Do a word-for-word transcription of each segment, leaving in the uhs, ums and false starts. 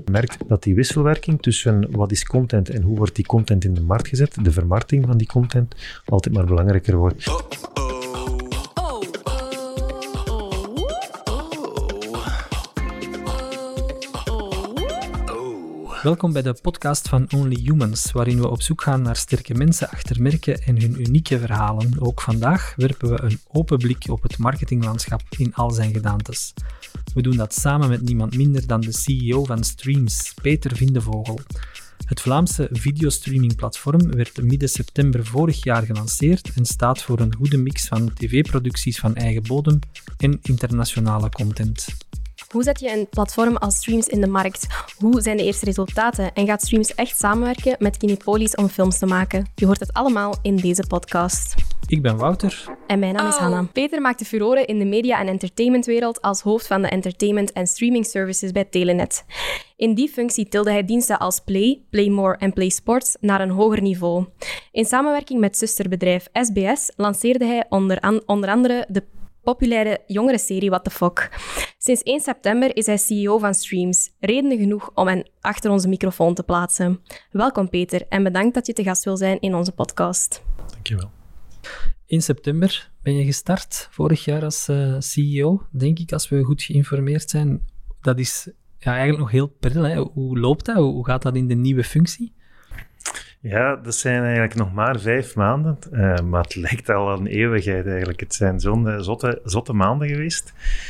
Je merkt dat die wisselwerking tussen wat is content en hoe wordt die content in de markt gezet, de vermarkting van die content, altijd maar belangrijker wordt. Welkom bij de podcast van Only Humans, waarin we op zoek gaan naar sterke mensen achter merken en hun unieke verhalen. Ook vandaag werpen we een open blik op het marketinglandschap in al zijn gedaantes. We doen dat samen met niemand minder dan de C E O van Streams, Peter Vindevogel. Het Vlaamse videostreamingplatform werd midden september vorig jaar gelanceerd en staat voor een goede mix van tv-producties van eigen bodem en internationale content. Hoe zet je een platform als Streams in de markt? Hoe zijn de eerste resultaten? En gaat Streams echt samenwerken met Kinepolis om films te maken? Je hoort het allemaal in deze podcast. Ik ben Wouter. En mijn naam is Oh. Hanna. Peter maakte furoren in de media- en entertainmentwereld als hoofd van de entertainment- en streaming services bij Telenet. In die functie tilde hij diensten als Play, Play More en Play Sports naar een hoger niveau. In samenwerking met zusterbedrijf S B S lanceerde hij onder, an- onder andere de populaire jongerenserie What the Fuck. Sinds één september is hij C E O van Streams. Redenen genoeg om hen achter onze microfoon te plaatsen. Welkom Peter en bedankt dat je te gast wil zijn in onze podcast. Dankjewel. In september ben je gestart, vorig jaar als uh, C E O, denk ik, als we goed geïnformeerd zijn. Dat is ja, eigenlijk nog heel pril. Hè? Hoe loopt dat? Hoe gaat dat in de nieuwe functie? Ja, dat zijn eigenlijk nog maar vijf maanden, uh, maar het lijkt al een eeuwigheid eigenlijk. Het zijn zo'n uh, zotte, zotte maanden geweest.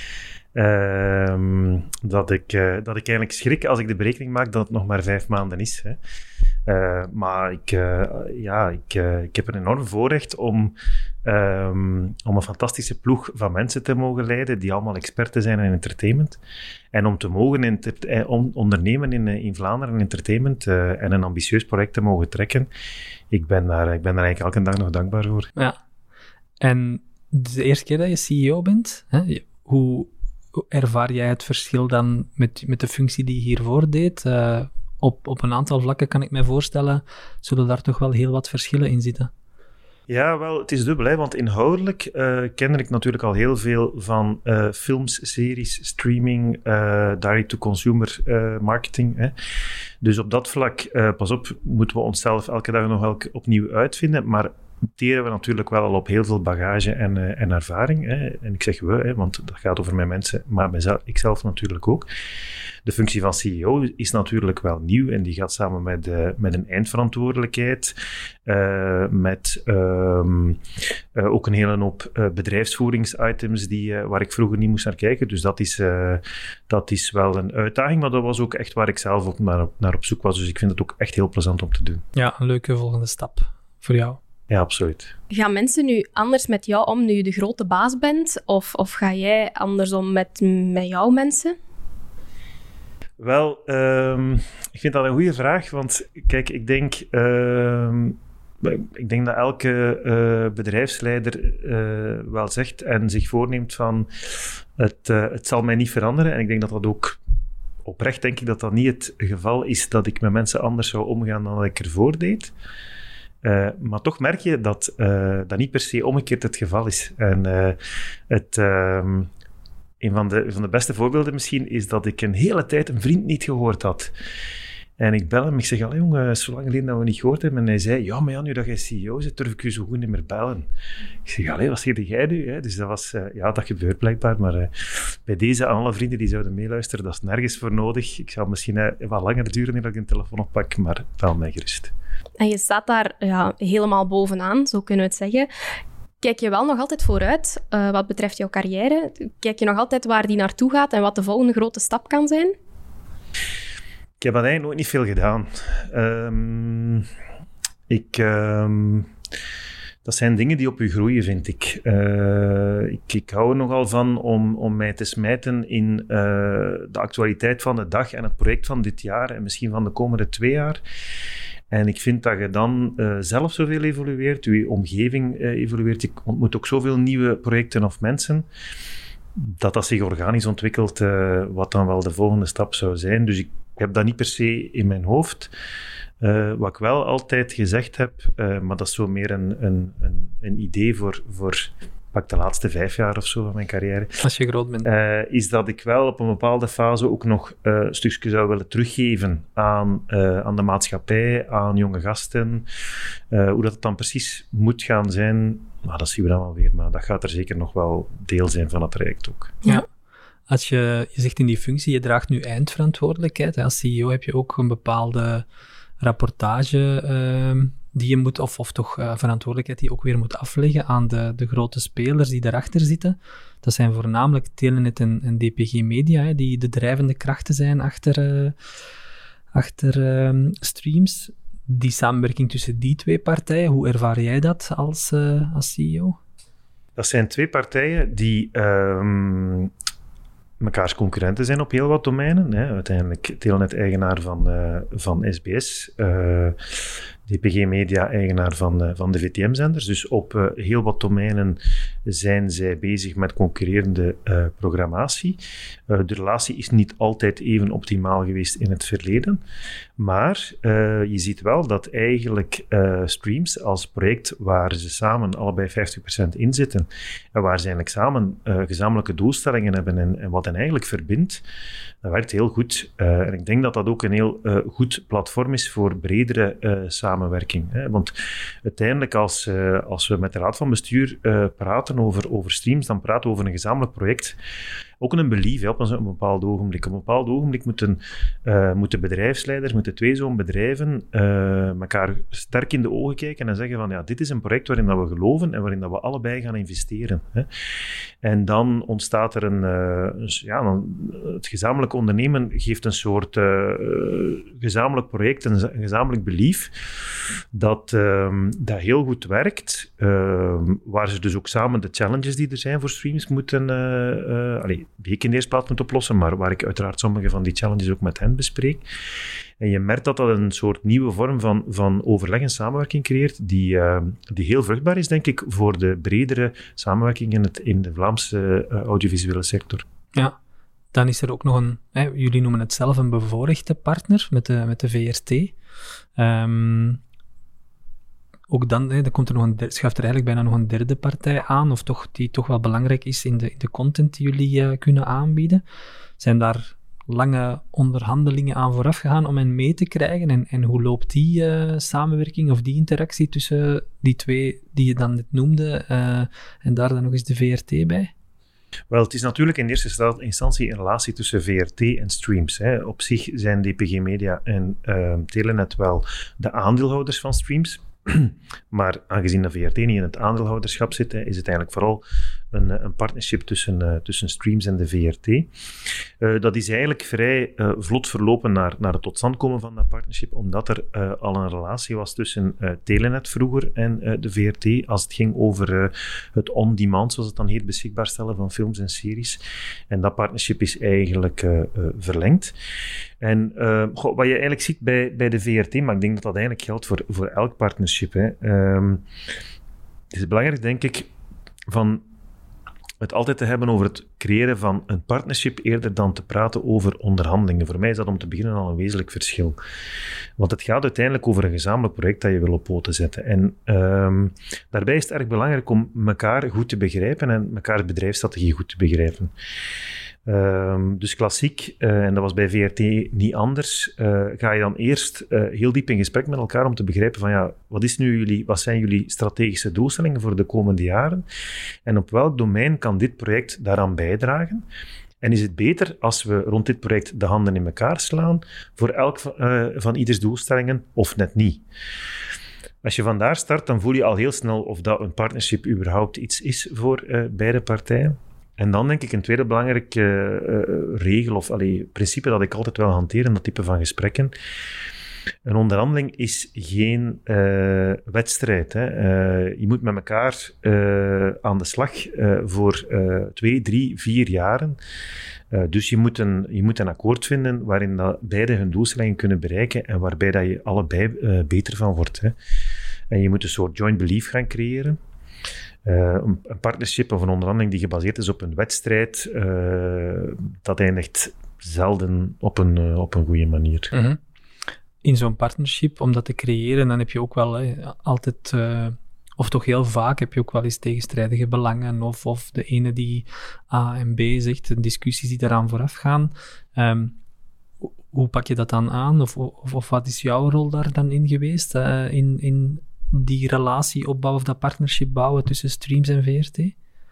Uh, dat, ik, uh, dat ik eigenlijk schrik als ik de berekening maak dat het nog maar vijf maanden is. Hè. Uh, maar ik, uh, ja, ik, uh, ik heb een enorm voorrecht om, um, om een fantastische ploeg van mensen te mogen leiden die allemaal experten zijn in entertainment. En om te mogen inter- eh, on- ondernemen in, in Vlaanderen in entertainment uh, en een ambitieus project te mogen trekken. Ik ben daar, ik ben daar eigenlijk elke dag nog dankbaar voor. Ja. En de eerste keer dat je C E O bent, hè, hoe ervaar jij het verschil dan met, met de functie die je hiervoor deed? Uh, op, op een aantal vlakken kan ik mij voorstellen, zullen daar toch wel heel wat verschillen in zitten. Ja, wel, het is dubbel, hè, want inhoudelijk uh, ken ik natuurlijk al heel veel van uh, films, series, streaming, uh, direct-to-consumer uh, marketing. Hè. Dus op dat vlak, uh, pas op, moeten we onszelf elke dag nog elke opnieuw uitvinden, maar teren we natuurlijk wel al op heel veel bagage en, uh, en ervaring. Hè. En ik zeg we, hè, want dat gaat over mijn mensen, maar mezelf, ikzelf natuurlijk ook. De functie van C E O is natuurlijk wel nieuw en die gaat samen met, uh, met een eindverantwoordelijkheid, uh, met um, uh, ook een hele hoop uh, bedrijfsvoeringsitems die, uh, waar ik vroeger niet moest naar kijken. Dus dat is, uh, dat is wel een uitdaging, maar dat was ook echt waar ik zelf ook naar, naar op zoek was. Dus ik vind het ook echt heel plezant om te doen. Ja, een leuke volgende stap voor jou. Ja, absoluut. Gaan mensen nu anders met jou om nu je de grote baas bent? Of, of ga jij anders om met, met jouw mensen? Wel, um, ik vind dat een goede vraag, want kijk, ik denk, um, ik denk dat elke uh, bedrijfsleider uh, wel zegt en zich voorneemt van het, uh, het zal mij niet veranderen. En ik denk dat dat ook oprecht, denk ik, dat dat niet het geval is dat ik met mensen anders zou omgaan dan dat ik ervoor deed. Uh, maar toch merk je dat uh, dat niet per se omgekeerd het geval is. En uh, het... Uh, Een van de, van de beste voorbeelden misschien is dat ik een hele tijd een vriend niet gehoord had. En ik bel hem, ik zeg, allee jongen, het is zo lang geleden dat we niet gehoord hebben. En hij zei, ja, maar ja, nu dat jij C E O bent, durf ik je zo goed niet meer bellen. Ik zeg, allee, wat zeg jij nu? Hè? Dus dat was, uh, ja, dat gebeurt blijkbaar. Maar uh, bij deze, aan alle vrienden die zouden meeluisteren, dat is nergens voor nodig. Ik zou misschien uh, wat langer duren voordat ik een telefoon oppak, maar bel mij gerust. En je staat daar ja, helemaal bovenaan, zo kunnen we het zeggen. Kijk je wel nog altijd vooruit uh, wat betreft jouw carrière? Kijk je nog altijd waar die naartoe gaat en wat de volgende grote stap kan zijn? Ik heb dat eigenlijk nooit niet veel gedaan. Um, ik... Um, dat zijn dingen die op je groeien, vind ik. Uh, ik. Ik hou er nogal van om, om mij te smijten in uh, de actualiteit van de dag en het project van dit jaar en misschien van de komende twee jaar. En ik vind dat je dan uh, zelf zoveel evolueert, je omgeving uh, evolueert, je ontmoet ook zoveel nieuwe projecten of mensen, dat dat zich organisch ontwikkelt, uh, wat dan wel de volgende stap zou zijn. Dus ik heb dat niet per se in mijn hoofd. Uh, wat ik wel altijd gezegd heb, uh, maar dat is zo meer een, een, een, een idee voor, voor pak de laatste vijf jaar of zo van mijn carrière. Als je groot bent. Uh, is dat ik wel op een bepaalde fase ook nog uh, een stukje zou willen teruggeven aan, uh, aan de maatschappij, aan jonge gasten. Uh, hoe dat het dan precies moet gaan zijn, nou, dat zien we dan wel weer, maar dat gaat er zeker nog wel deel zijn van het traject ook. Ja. Als je, je zegt in die functie, je draagt nu eindverantwoordelijkheid. Hè? Als C E O heb je ook een bepaalde rapportage uh, die je moet, of, of toch uh, verantwoordelijkheid die je ook weer moet afleggen aan de, de grote spelers die daarachter zitten. Dat zijn voornamelijk Telenet en, en D P G Media, hè, die de drijvende krachten zijn achter, uh, achter uh, streams. Die samenwerking tussen die twee partijen, hoe ervaar jij dat als, uh, als C E O? Dat zijn twee partijen die um, mekaars concurrenten zijn op heel wat domeinen. Hè. Uiteindelijk Telenet eigenaar van, uh, van S B S, uh, D P G Media eigenaar van, uh, van de V T M-zenders. Dus op uh, heel wat domeinen zijn zij bezig met concurrerende uh, programmatie. Uh, de relatie is niet altijd even optimaal geweest in het verleden. Maar uh, je ziet wel dat eigenlijk uh, Streams als project waar ze samen allebei vijftig procent in zitten en waar ze eigenlijk samen uh, gezamenlijke doelstellingen hebben en, en wat hen eigenlijk verbindt, dat werkt heel goed. Uh, en ik denk dat dat ook een heel uh, goed platform is voor bredere uh, samenwerking. Hè? Want uiteindelijk als, uh, als we met de raad van bestuur uh, praten over, over Streams, dan praten we over een gezamenlijk project. Ook een belief hè, op een bepaald ogenblik. Op een bepaald ogenblik moeten, uh, moeten bedrijfsleiders, moeten twee zo'n bedrijven uh, elkaar sterk in de ogen kijken en zeggen van ja, dit is een project waarin dat we geloven en waarin dat we allebei gaan investeren. Hè. En dan ontstaat er een, uh, een ja, dan, het gezamenlijk ondernemen geeft een soort uh, gezamenlijk project, een, een gezamenlijk belief dat, uh, dat heel goed werkt, uh, waar ze dus ook samen de challenges die er zijn voor streams moeten uh, uh, allez, die ik in de eerste plaats moet oplossen, maar waar ik uiteraard sommige van die challenges ook met hen bespreek. En je merkt dat dat een soort nieuwe vorm van, van overleg en samenwerking creëert, die, uh, die heel vruchtbaar is, denk ik, voor de bredere samenwerking in, het, in de Vlaamse uh, audiovisuele sector. Ja, dan is er ook nog een, hè, jullie noemen het zelf een bevoorrechte partner met de, met de V R T. Um, Ook dan, hè, dan komt er nog een der, schuift er eigenlijk bijna nog een derde partij aan, of toch, die toch wel belangrijk is in de, in de content die jullie uh, kunnen aanbieden. Zijn daar lange onderhandelingen aan vooraf gegaan om hen mee te krijgen? En, en hoe loopt die uh, samenwerking of die interactie tussen die twee die je dan net noemde uh, en daar dan nog eens de V R T bij? Wel, het is natuurlijk in eerste instantie een relatie tussen V R T en Streams. Hè. Op zich zijn D P G Media en uh, Telenet wel de aandeelhouders van Streams. Maar aangezien de V R T niet in het aandeelhouderschap zit, hè, is het eigenlijk vooral een, een partnership tussen, uh, tussen Streams en de V R T. Uh, dat is eigenlijk vrij uh, vlot verlopen naar, naar het tot stand komen van dat partnership, omdat er uh, al een relatie was tussen uh, Telenet vroeger en uh, de V R T, als het ging over uh, het on-demand, zoals het dan heet, beschikbaar stellen van films en series. En dat partnership is eigenlijk uh, uh, verlengd. En uh, goh, wat je eigenlijk ziet bij, bij de V R T, maar ik denk dat dat eigenlijk geldt voor, voor elk partnership. Hè. Um, het is belangrijk, denk ik, van het altijd te hebben over het creëren van een partnership eerder dan te praten over onderhandelingen. Voor mij is dat om te beginnen al een wezenlijk verschil. Want het gaat uiteindelijk over een gezamenlijk project dat je wil op poten zetten. En um, daarbij is het erg belangrijk om elkaar goed te begrijpen en mekaars bedrijfsstrategie goed te begrijpen. Um, dus klassiek, uh, en dat was bij V R T niet anders, uh, ga je dan eerst uh, heel diep in gesprek met elkaar om te begrijpen van ja, wat, is nu jullie, wat zijn jullie strategische doelstellingen voor de komende jaren en op welk domein kan dit project daaraan bijdragen? En is het beter als we rond dit project de handen in elkaar slaan voor elk van, uh, van ieders doelstellingen of net niet? Als je vandaar start, dan voel je al heel snel of dat een partnership überhaupt iets is voor uh, beide partijen. En dan denk ik een tweede belangrijke uh, regel of allee, principe dat ik altijd wel hanteer in dat type van gesprekken. Een onderhandeling is geen uh, wedstrijd. Hè. Uh, je moet met elkaar uh, aan de slag uh, voor uh, twee, drie, vier jaren. Uh, dus je moet, een, je moet een akkoord vinden waarin dat beide hun doelstellingen kunnen bereiken en waarbij dat je allebei uh, beter van wordt. Hè. En je moet een soort joint belief gaan creëren. Uh, een, een partnership of een onderhandeling die gebaseerd is op een wedstrijd, uh, dat eindigt zelden op een, uh, op een goede manier. Mm-hmm. In zo'n partnership, om dat te creëren, dan heb je ook wel hè, altijd uh, Of toch heel vaak heb je ook wel eens tegenstrijdige belangen, of, of de ene die A en B zegt, de discussies die daaraan vooraf gaan. Um, hoe pak je dat dan aan? Of, of, of wat is jouw rol daar dan in geweest? Uh, in, in die relatie opbouwen of dat partnership bouwen tussen Streams en V R T?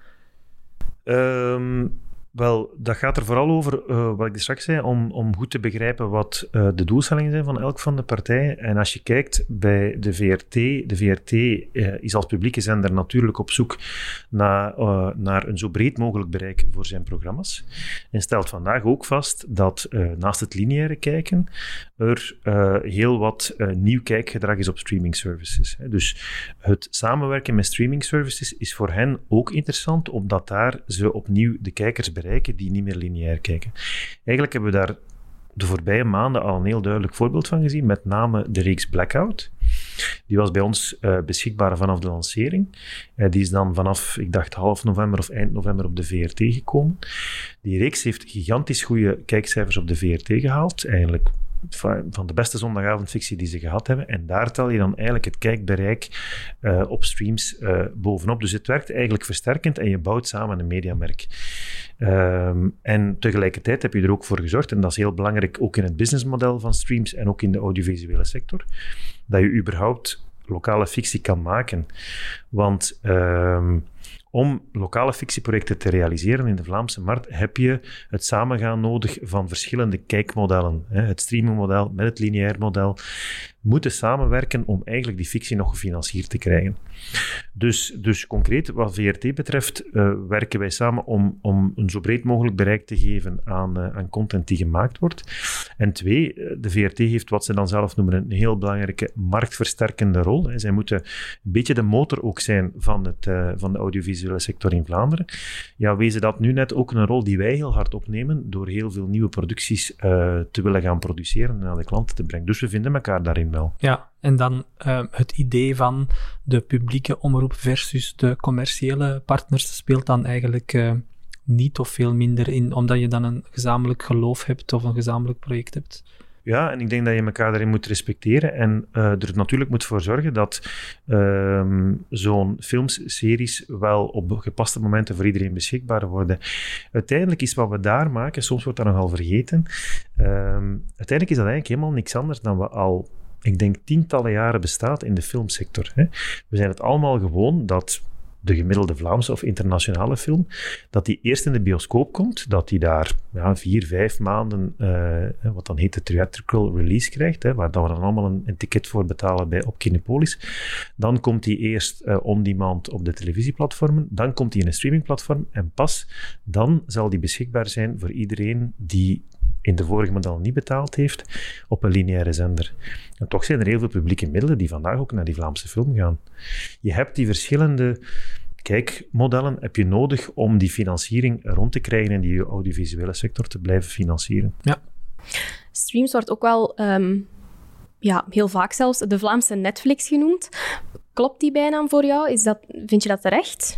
Um... Wel, dat gaat er vooral over, uh, wat ik straks zei, om, om goed te begrijpen wat uh, de doelstellingen zijn van elk van de partijen. En als je kijkt bij de V R T, de V R T uh, is als publieke zender natuurlijk op zoek naar, uh, naar een zo breed mogelijk bereik voor zijn programma's. En stelt vandaag ook vast dat uh, naast het lineaire kijken er uh, heel wat uh, nieuw kijkgedrag is op streaming services. Dus het samenwerken met streaming services is voor hen ook interessant, omdat daar ze opnieuw de kijkers bereiken die niet meer lineair kijken. Eigenlijk hebben we daar de voorbije maanden al een heel duidelijk voorbeeld van gezien, met name de reeks Blackout. Die was bij ons uh, beschikbaar vanaf de lancering. Uh, die is dan vanaf, ik dacht, half november of eind november op de V R T gekomen. Die reeks heeft gigantisch goede kijkcijfers op de V R T gehaald. Eigenlijk van de beste zondagavondfictie die ze gehad hebben. En daar tel je dan eigenlijk het kijkbereik uh, op streams uh, bovenop. Dus het werkt eigenlijk versterkend en je bouwt samen een mediamerk. Um, en tegelijkertijd heb je er ook voor gezorgd, en dat is heel belangrijk ook in het businessmodel van streams en ook in de audiovisuele sector, dat je überhaupt lokale fictie kan maken. Want um, om lokale fictieprojecten te realiseren in de Vlaamse markt heb je het samengaan nodig van verschillende kijkmodellen. Het streamingmodel met het lineair model moeten samenwerken om eigenlijk die fictie nog gefinancierd te krijgen. Dus, dus concreet, wat V R T betreft, uh, werken wij samen om, om een zo breed mogelijk bereik te geven aan, uh, aan content die gemaakt wordt. En twee, de V R T heeft wat ze dan zelf noemen een heel belangrijke marktversterkende rol. Zij moeten een beetje de motor ook zijn van, het, uh, van de audiovisuele sector in Vlaanderen. Ja, wezen dat nu net ook een rol die wij heel hard opnemen door heel veel nieuwe producties uh, te willen gaan produceren en aan de klanten te brengen. Dus we vinden elkaar daarin wel. Ja, en dan uh, het idee van de publieke omroep versus de commerciële partners speelt dan eigenlijk uh, niet of veel minder in, omdat je dan een gezamenlijk geloof hebt of een gezamenlijk project hebt. Ja, en ik denk dat je elkaar daarin moet respecteren en uh, er natuurlijk moet voor zorgen dat uh, zo'n filmseries wel op gepaste momenten voor iedereen beschikbaar worden. Uiteindelijk is wat we daar maken, soms wordt dat nogal vergeten, uh, uiteindelijk is dat eigenlijk helemaal niks anders dan we al, ik denk, tientallen jaren bestaat in de filmsector. Hè. We zijn het allemaal gewoon dat de gemiddelde Vlaamse of internationale film, dat die eerst in de bioscoop komt, dat die daar ja, vier, vijf maanden, uh, wat dan heet de theatrical release krijgt, hè, waar dat we dan allemaal een, een ticket voor betalen bij, op Kinepolis. Dan komt die eerst uh, on-demand op de televisieplatformen, dan komt die in een streamingplatform en pas dan zal die beschikbaar zijn voor iedereen die in de vorige model niet betaald heeft, op een lineaire zender. En toch zijn er heel veel publieke middelen die vandaag ook naar die Vlaamse film gaan. Je hebt die verschillende kijkmodellen heb je nodig om die financiering rond te krijgen en die audiovisuele sector te blijven financieren. Ja. Streams wordt ook wel um, ja, heel vaak zelfs de Vlaamse Netflix genoemd. Klopt die bijnaam voor jou? Is dat, vind je dat terecht?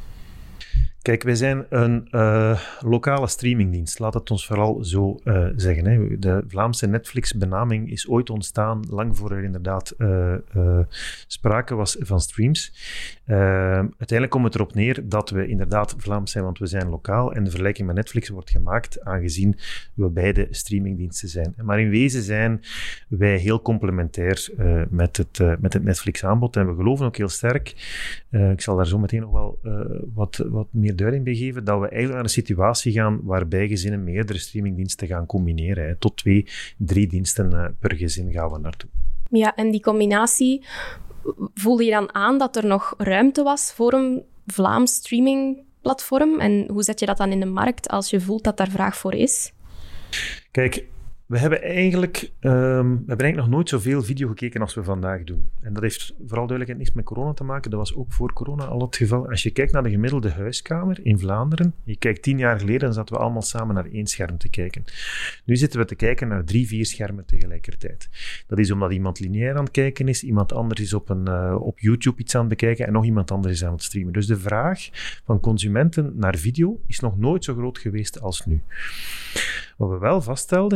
Kijk, wij zijn een uh, lokale streamingdienst, laat het ons vooral zo uh, zeggen. Hè. De Vlaamse Netflix-benaming is ooit ontstaan, lang voor er inderdaad uh, uh, sprake was van streams. Uh, uiteindelijk komt het erop neer dat we inderdaad Vlaams zijn, want we zijn lokaal en de vergelijking met Netflix wordt gemaakt aangezien we beide streamingdiensten zijn. Maar in wezen zijn wij heel complementair uh, met, het, uh, met het Netflix-aanbod en we geloven ook heel sterk, uh, ik zal daar zo meteen nog wel uh, wat, wat meer duiding bij geven, dat we eigenlijk naar een situatie gaan waarbij gezinnen meerdere streamingdiensten gaan combineren. Hè. Tot twee, drie diensten uh, per gezin gaan we naartoe. Ja, en die combinatie, voelde je dan aan dat er nog ruimte was voor een Vlaams streamingplatform? En hoe zet je dat dan in de markt als je voelt dat daar vraag voor is? Kijk, we hebben eigenlijk, um, we hebben eigenlijk nog nooit zoveel video gekeken als we vandaag doen. En dat heeft vooral duidelijkheid niks met corona te maken. Dat was ook voor corona al het geval. Als je kijkt naar de gemiddelde huiskamer in Vlaanderen, je kijkt tien jaar geleden, dan zaten we allemaal samen naar één scherm te kijken. Nu zitten we te kijken naar drie, vier schermen tegelijkertijd. Dat is omdat iemand lineair aan het kijken is, iemand anders is op, een, uh, op YouTube iets aan het bekijken en nog iemand anders is aan het streamen. Dus de vraag van consumenten naar video is nog nooit zo groot geweest als nu. Wat we wel vaststelden is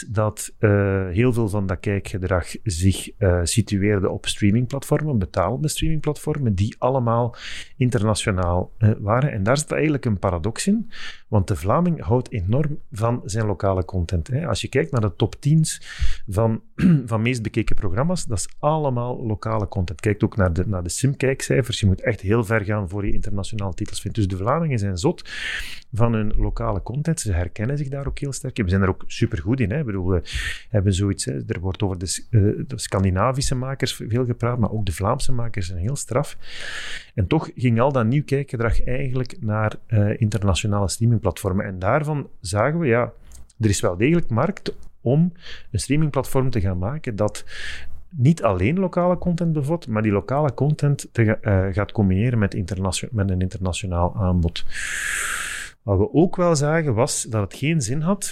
dat uh, heel veel van dat kijkgedrag zich uh, situeerde op streamingplatformen, betalende streamingplatformen, die allemaal internationaal uh, waren. En daar zit eigenlijk een paradox in, want de Vlaming houdt enorm van zijn lokale content. Hè. Als je kijkt naar de top tien's van, van meest bekeken programma's, dat is allemaal lokale content. Kijk ook naar de, naar de Sim-kijkcijfers. Je moet echt heel ver gaan voor je internationale titels vindt. Dus de Vlamingen zijn zot van hun lokale content. Ze herkennen zich daar ook heel sterk in. We zijn er ook supergoed in. Hè. Ik bedoel, we hebben zoiets... Hè. Er wordt over de, uh, de Scandinavische makers veel gepraat, maar ook de Vlaamse makers zijn heel straf. En toch ging al dat nieuw kijkgedrag eigenlijk naar uh, internationale streamingplatformen. En daarvan zagen we, ja, er is wel degelijk markt om een streamingplatform te gaan maken dat niet alleen lokale content bevat, maar die lokale content te, uh, gaat combineren met, internatio- met een internationaal aanbod. Wat we ook wel zagen was dat het geen zin had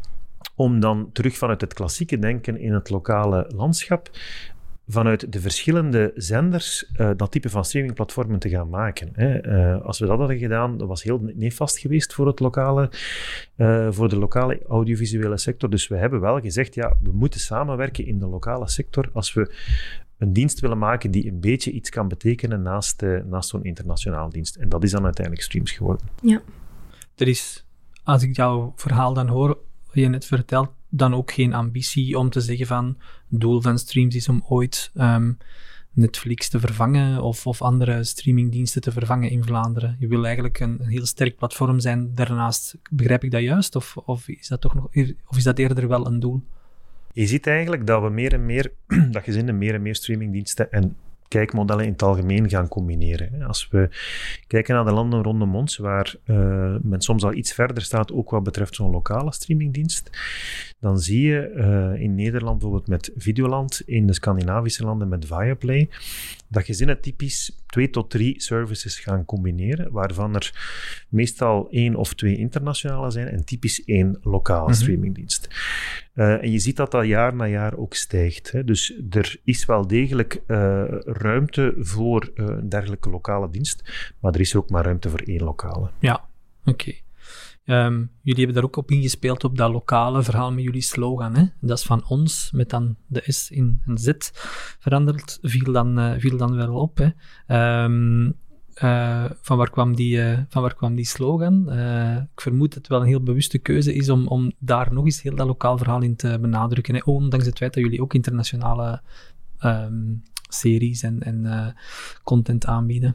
om dan terug vanuit het klassieke denken in het lokale landschap vanuit de verschillende zenders uh, dat type van streamingplatformen te gaan maken. Hè. Uh, als we dat hadden gedaan, dat was heel nefast geweest voor, het lokale, uh, voor de lokale audiovisuele sector. Dus we hebben wel gezegd, ja, we moeten samenwerken in de lokale sector als we een dienst willen maken die een beetje iets kan betekenen naast, uh, naast zo'n internationaal dienst. En dat is dan uiteindelijk Streams geworden. Ja. Er is, als ik jouw verhaal dan hoor, wat je net vertelt, dan ook geen ambitie om te zeggen van het doel van Streams is om ooit um, Netflix te vervangen of, of andere streamingdiensten te vervangen in Vlaanderen. Je wil eigenlijk een, een heel sterk platform zijn daarnaast. Begrijp ik dat juist? Of, of, is dat toch nog, of is dat eerder wel een doel? Je ziet eigenlijk dat we meer en meer, dat gezinnen meer en meer streamingdiensten en kijkmodellen in het algemeen gaan combineren. Als we kijken naar de landen rondom ons, waar uh, men soms al iets verder staat, ook wat betreft zo'n lokale streamingdienst, dan zie je uh, in Nederland bijvoorbeeld met Videoland, in de Scandinavische landen met Viaplay, dat gezinnen typisch twee tot drie services gaan combineren, waarvan er meestal één of twee internationale zijn en typisch één lokale mm-hmm. streamingdienst. Uh, en je ziet dat dat jaar na jaar ook stijgt. Hè. Dus er is wel degelijk uh, ruimte voor uh, een dergelijke lokale dienst, maar er is ook maar ruimte voor één lokale. Ja, oké. Okay. Um, jullie hebben daar ook op ingespeeld op dat lokale verhaal met jullie slogan. Hè? Dat is van ons, met dan de S in een Z veranderd, viel dan, uh, viel dan wel op. Hè? Um, uh, van, waar kwam die, uh, van waar kwam die slogan? Uh, ik vermoed dat het wel een heel bewuste keuze is om, om daar nog eens heel dat lokaal verhaal in te benadrukken. Hè? Ondanks het feit dat jullie ook internationale um, series en, en uh, content aanbieden.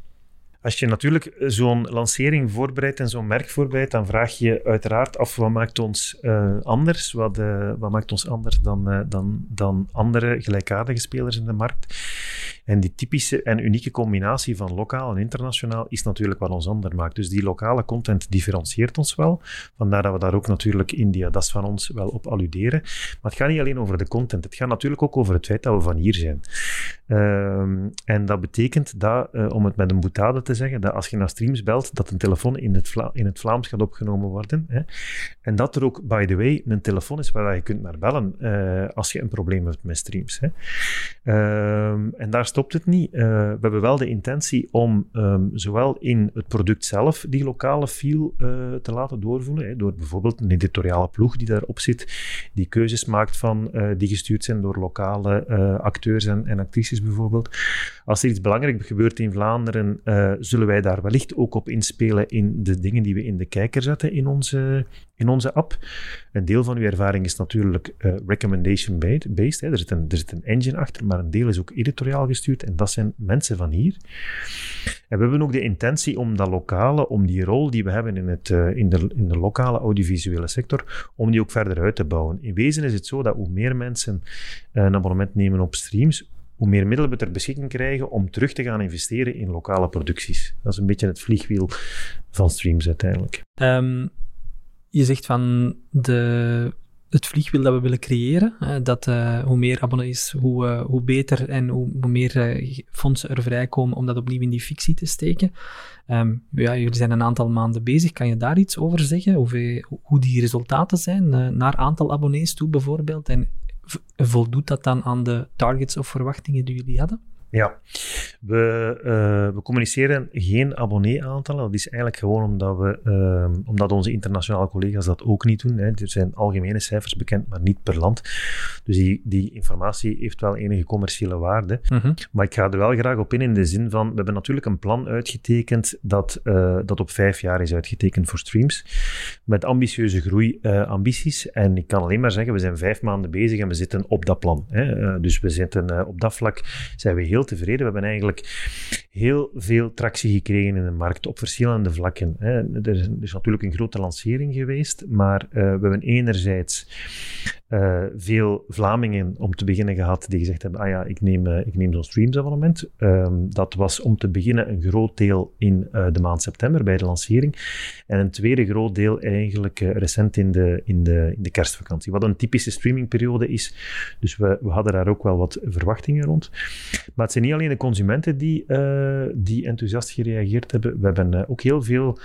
Als je natuurlijk zo'n lancering voorbereidt en zo'n merk voorbereidt, dan vraag je uiteraard af wat maakt ons uh, anders, wat, uh, wat maakt ons anders dan, uh, dan, dan andere gelijkaardige spelers in de markt. En die typische en unieke combinatie van lokaal en internationaal is natuurlijk wat ons anders maakt. Dus die lokale content differentieert ons wel. Vandaar dat we daar ook natuurlijk in die das van ons wel op alluderen. Maar het gaat niet alleen over de content. Het gaat natuurlijk ook over het feit dat we van hier zijn. Um, en dat betekent dat, uh, om het met een boutade te zeggen, dat als je naar Streams belt, dat een telefoon in het, Vla- in het Vlaams gaat opgenomen worden. Hè? En dat er ook, by the way, een telefoon is waar je kunt naar bellen uh, als je een probleem hebt met Streams. Hè? Um, en daar stopt het niet. Uh, we hebben wel de intentie om um, zowel in het product zelf die lokale feel uh, te laten doorvoelen, hè, door bijvoorbeeld een editoriale ploeg die daarop zit, die keuzes maakt van, uh, die gestuurd zijn door lokale uh, acteurs en, en actrices bijvoorbeeld. Als er iets belangrijks gebeurt in Vlaanderen, uh, zullen wij daar wellicht ook op inspelen in de dingen die we in de kijker zetten in onze, in onze app. Een deel van uw ervaring is natuurlijk uh, recommendation-based. Hè. Er zit, een, er zit een engine achter, maar een deel is ook editoriaal gestuurd en dat zijn mensen van hier. En we hebben ook de intentie om dat lokale, om die rol die we hebben in, het, uh, in, de, in de lokale audiovisuele sector, om die ook verder uit te bouwen. In wezen is het zo dat hoe meer mensen uh, een abonnement nemen op Streams, hoe meer middelen we ter beschikking krijgen om terug te gaan investeren in lokale producties. Dat is een beetje het vliegwiel van Streams uiteindelijk. Um, je zegt van de, het vliegwiel dat we willen creëren, hè, dat uh, hoe meer abonnees, hoe, uh, hoe beter en hoe, hoe meer uh, fondsen er vrijkomen om dat opnieuw in die fictie te steken. Um, ja, jullie zijn een aantal maanden bezig. Kan je daar iets over zeggen? Hoe, hoe die resultaten zijn uh, naar aantal abonnees toe bijvoorbeeld? En voldoet dat dan aan de targets of verwachtingen die jullie hadden? Ja, we, uh, we communiceren geen abonnee-aantallen. Dat is eigenlijk gewoon omdat, we, uh, omdat onze internationale collega's dat ook niet doen. Hè. Er zijn algemene cijfers bekend, maar niet per land. Dus die, die informatie heeft wel enige commerciële waarde. Uh-huh. Maar ik ga er wel graag op in, in de zin van, we hebben natuurlijk een plan uitgetekend dat, uh, dat op vijf jaar is uitgetekend voor streams. Met ambitieuze groeiambities. Uh, en ik kan alleen maar zeggen, we zijn vijf maanden bezig en we zitten op dat plan. Hè. Uh, dus we zitten uh, op dat vlak, zijn we heel tevreden. We hebben eigenlijk heel veel tractie gekregen in de markt op verschillende vlakken. Hè. Er is, er is natuurlijk een grote lancering geweest, maar uh, we hebben enerzijds uh, veel Vlamingen om te beginnen gehad die gezegd hebben, ah ja, ik neem, uh, ik neem zo'n streamsabonnement. Um, dat was om te beginnen een groot deel in uh, de maand september bij de lancering en een tweede groot deel eigenlijk uh, recent in de, in, de, in de kerstvakantie, wat een typische streamingperiode is. Dus we, we hadden daar ook wel wat verwachtingen rond. Maar het zijn niet alleen de consumenten die, uh, die enthousiast gereageerd hebben. We hebben uh, ook heel veel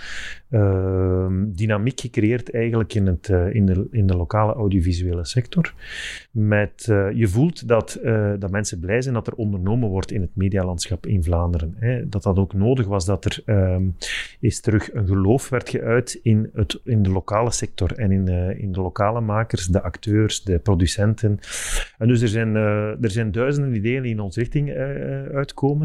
uh, dynamiek gecreëerd eigenlijk in, het, uh, in, de, in de lokale audiovisuele sector. Met, uh, je voelt dat, uh, dat mensen blij zijn dat er ondernomen wordt in het medialandschap in Vlaanderen. Hè. Dat dat ook nodig was, dat er uh, eens terug een geloof werd geuit in, het, in de lokale sector en in, uh, in de lokale makers, de acteurs, de producenten. En dus er zijn, uh, er zijn duizenden ideeën die in onze richting uh, uitkomen.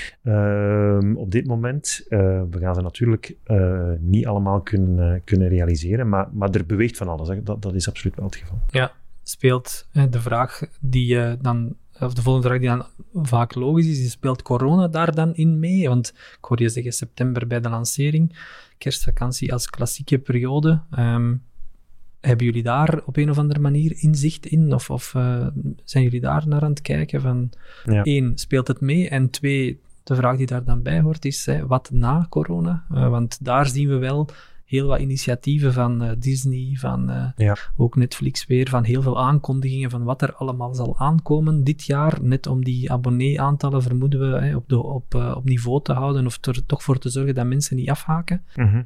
Uh, op dit moment, uh, we gaan ze natuurlijk uh, niet allemaal kunnen, uh, kunnen realiseren, maar, maar er beweegt van alles. Hè. Dat, dat is absoluut wel het geval. Ja, speelt hè, de vraag die uh, dan, of de volgende vraag die dan vaak logisch is, is, speelt corona daar dan in mee? Want ik hoorde je zeggen september bij de lancering, kerstvakantie als klassieke periode. Um, Hebben jullie daar op een of andere manier inzicht in? Of, of uh, zijn jullie daar naar aan het kijken? Van, ja. één, speelt het mee? En twee, de vraag die daar dan bij hoort is, hè, wat na corona? Uh, want daar zien we wel heel wat initiatieven van uh, Disney, van uh, ja. ook Netflix weer, van heel veel aankondigingen van wat er allemaal zal aankomen dit jaar, net om die abonnee-aantallen vermoeden we hè, op, de, op, uh, op niveau te houden of er toch voor te zorgen dat mensen niet afhaken. Mm-hmm.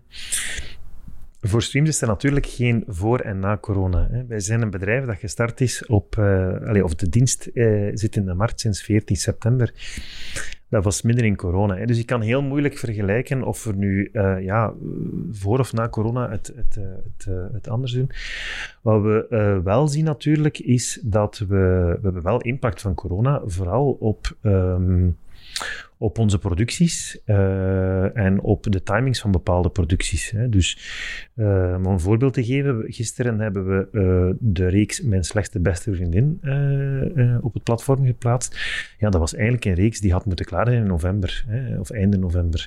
Voor streams is er natuurlijk geen voor en na corona. Hè. Wij zijn een bedrijf dat gestart is op... Uh, allez, of de dienst uh, zit in de markt sinds veertien september. Dat was midden in corona. Hè. Dus je kan heel moeilijk vergelijken of we nu uh, ja, voor of na corona het, het, het, het, het anders doen. Wat we uh, wel zien natuurlijk is dat we... We hebben wel impact van corona, vooral op... Um, op onze producties uh, en op de timings van bepaalde producties. Hè. Dus uh, om een voorbeeld te geven, gisteren hebben we uh, de reeks Mijn slechtste beste vriendin uh, uh, op het platform geplaatst. Ja, dat was eigenlijk een reeks die had moeten klaar zijn in november, hè, of einde november.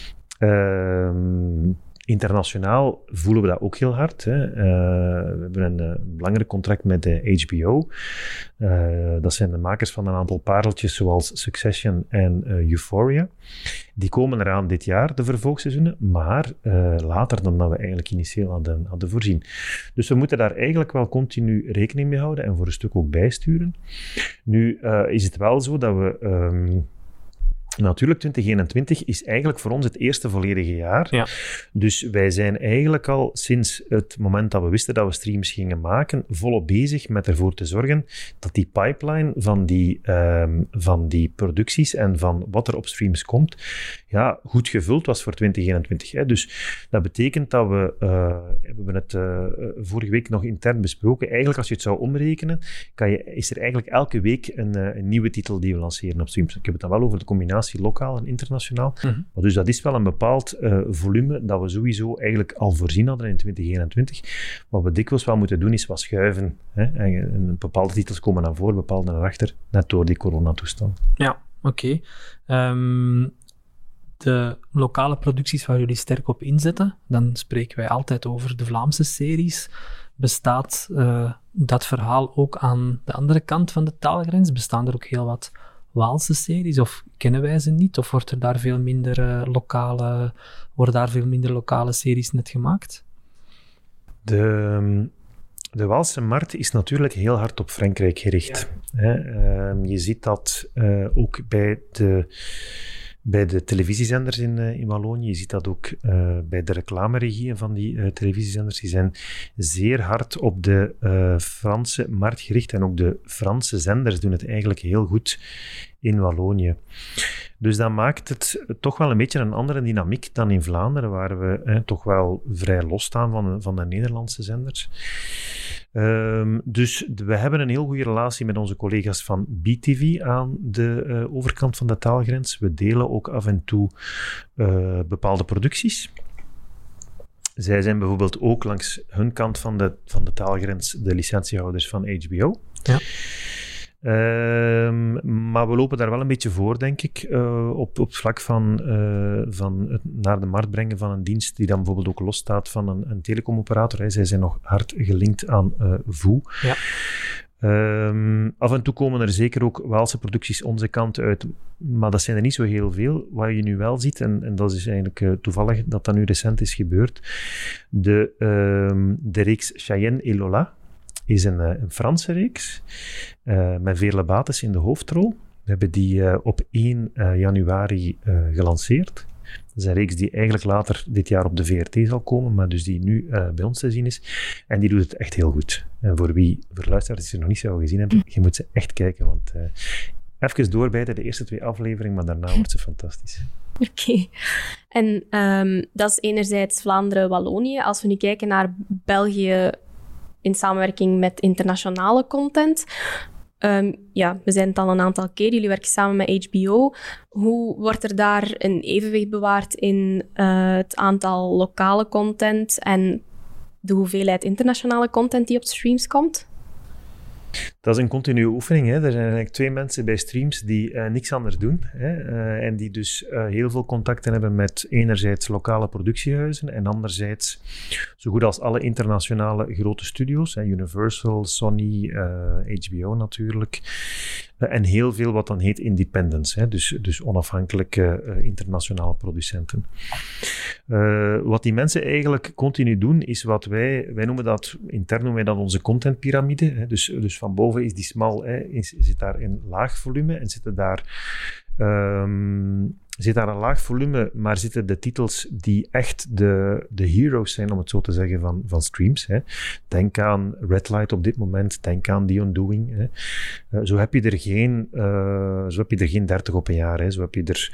Uh, Internationaal voelen we dat ook heel hard. Hè. Uh, we hebben een, een belangrijk contract met de H B O. Uh, dat zijn de makers van een aantal pareltjes zoals Succession en uh, Euphoria. Die komen eraan dit jaar, de vervolgseizoenen, maar uh, later dan dat we eigenlijk initieel hadden, hadden voorzien. Dus we moeten daar eigenlijk wel continu rekening mee houden en voor een stuk ook bijsturen. Nu uh, is het wel zo dat we... Um, Natuurlijk, twintig eenentwintig is eigenlijk voor ons het eerste volledige jaar. Ja. Dus wij zijn eigenlijk al sinds het moment dat we wisten dat we streams gingen maken, volop bezig met ervoor te zorgen dat die pipeline van die, um, van die producties en van wat er op streams komt, ja, goed gevuld was voor twintig eenentwintig. Hè. Dus dat betekent dat we, uh, we hebben het uh, vorige week nog intern besproken, eigenlijk als je het zou omrekenen, kan je, is er eigenlijk elke week een, uh, een nieuwe titel die we lanceren op streams. Ik heb het dan wel over de combinatie lokaal en internationaal. Mm-hmm. Maar dus dat is wel een bepaald uh, volume dat we sowieso eigenlijk al voorzien hadden in twintig eenentwintig. Wat we dikwijls wel moeten doen is wat schuiven. Hè? En, en bepaalde titels komen naar voren, bepaalde naar achter, net door die coronatoestand. Ja, oké. Okay. Um, de lokale producties waar jullie sterk op inzetten, dan spreken wij altijd over de Vlaamse series. Bestaat uh, dat verhaal ook aan de andere kant van de taalgrens? Bestaan er ook heel wat Waalse series, of kennen wij ze niet? Of wordt er daar veel minder uh, lokale, worden daar veel minder lokale series net gemaakt? De, de Waalse markt is natuurlijk heel hard op Frankrijk gericht. Ja. Hè? Uh, je ziet dat uh, ook bij de bij de televisiezenders in, uh, in Wallonië. Je ziet dat ook uh, bij de reclameregieën van die uh, televisiezenders. Die zijn zeer hard op de uh, Franse markt gericht en ook de Franse zenders doen het eigenlijk heel goed in Wallonië. Dus dat maakt het toch wel een beetje een andere dynamiek dan in Vlaanderen, waar we eh, toch wel vrij los staan van de, van de Nederlandse zenders. Um, dus we hebben een heel goede relatie met onze collega's van B T V aan de uh, overkant van de taalgrens. We delen ook af en toe uh, bepaalde producties. Zij zijn bijvoorbeeld ook langs hun kant van de, van de taalgrens de licentiehouders van H B O. Ja. Um, maar we lopen daar wel een beetje voor, denk ik, uh, op, op het vlak van, uh, van het naar de markt brengen van een dienst die dan bijvoorbeeld ook losstaat van een, een telecomoperator. Hè. Zij zijn nog hard gelinkt aan uh, V O E. Ja. Um, af en toe komen er zeker ook Waalse producties onze kant uit, maar dat zijn er niet zo heel veel. Wat je nu wel ziet, en, en dat is eigenlijk uh, toevallig dat dat nu recent is gebeurd, de, um, de reeks Cheyenne et Lola is een, een Franse reeks uh, met Veerle Bates in de hoofdrol. We hebben die uh, op één januari uh, gelanceerd. Dat is een reeks die eigenlijk later dit jaar op de V R T zal komen, maar dus die nu uh, bij ons te zien is. En die doet het echt heel goed. En voor wie, voor luisteraars die ze nog niet zo gezien hebben, je moet ze echt kijken, want uh, even doorbijten de eerste twee afleveringen, maar daarna wordt ze fantastisch. Oké. Okay. En um, dat is enerzijds Vlaanderen-Wallonië. Als we nu kijken naar België in samenwerking met internationale content. Um, ja, we zijn het al een aantal keer. Jullie werken samen met H B O. Hoe wordt er daar een evenwicht bewaard in uh, het aantal lokale content en de hoeveelheid internationale content die op streams komt? Dat is een continue oefening. Hè. Er zijn eigenlijk twee mensen bij streams die uh, niks anders doen. Hè, uh, en die dus uh, heel veel contacten hebben met enerzijds lokale productiehuizen en anderzijds zo goed als alle internationale grote studio's. Hè, Universal, Sony, uh, H B O natuurlijk. Uh, en heel veel wat dan heet independents. Hè, dus, dus onafhankelijke uh, internationale producenten. Uh, wat die mensen eigenlijk continu doen, is wat wij... Wij noemen dat, intern noemen wij dat onze contentpyramide. Hè, dus, dus van boven is die smal, hè, is, zit daar in laag volume en zitten daar, um, zit daar een laag volume, maar zitten de titels die echt de, de heroes zijn, om het zo te zeggen, van, van streams. Hè. Denk aan Red Light op dit moment, denk aan The Undoing. Hè. Uh, zo heb je er geen, uh, zo heb je er geen dertig op een jaar. Hè. Zo heb je er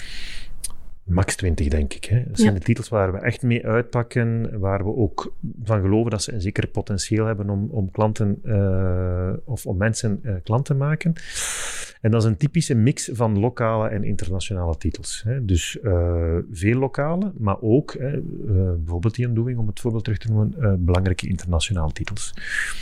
max twintig, denk ik. Hè. Dat zijn ja. de titels waar we echt mee uitpakken, waar we ook van geloven dat ze een zeker potentieel hebben om, om klanten uh, of om mensen uh, klant te maken. En dat is een typische mix van lokale en internationale titels. Hè. Dus uh, veel lokale, maar ook hè, uh, bijvoorbeeld die Undoing, om het voorbeeld terug te noemen, uh, belangrijke internationale titels.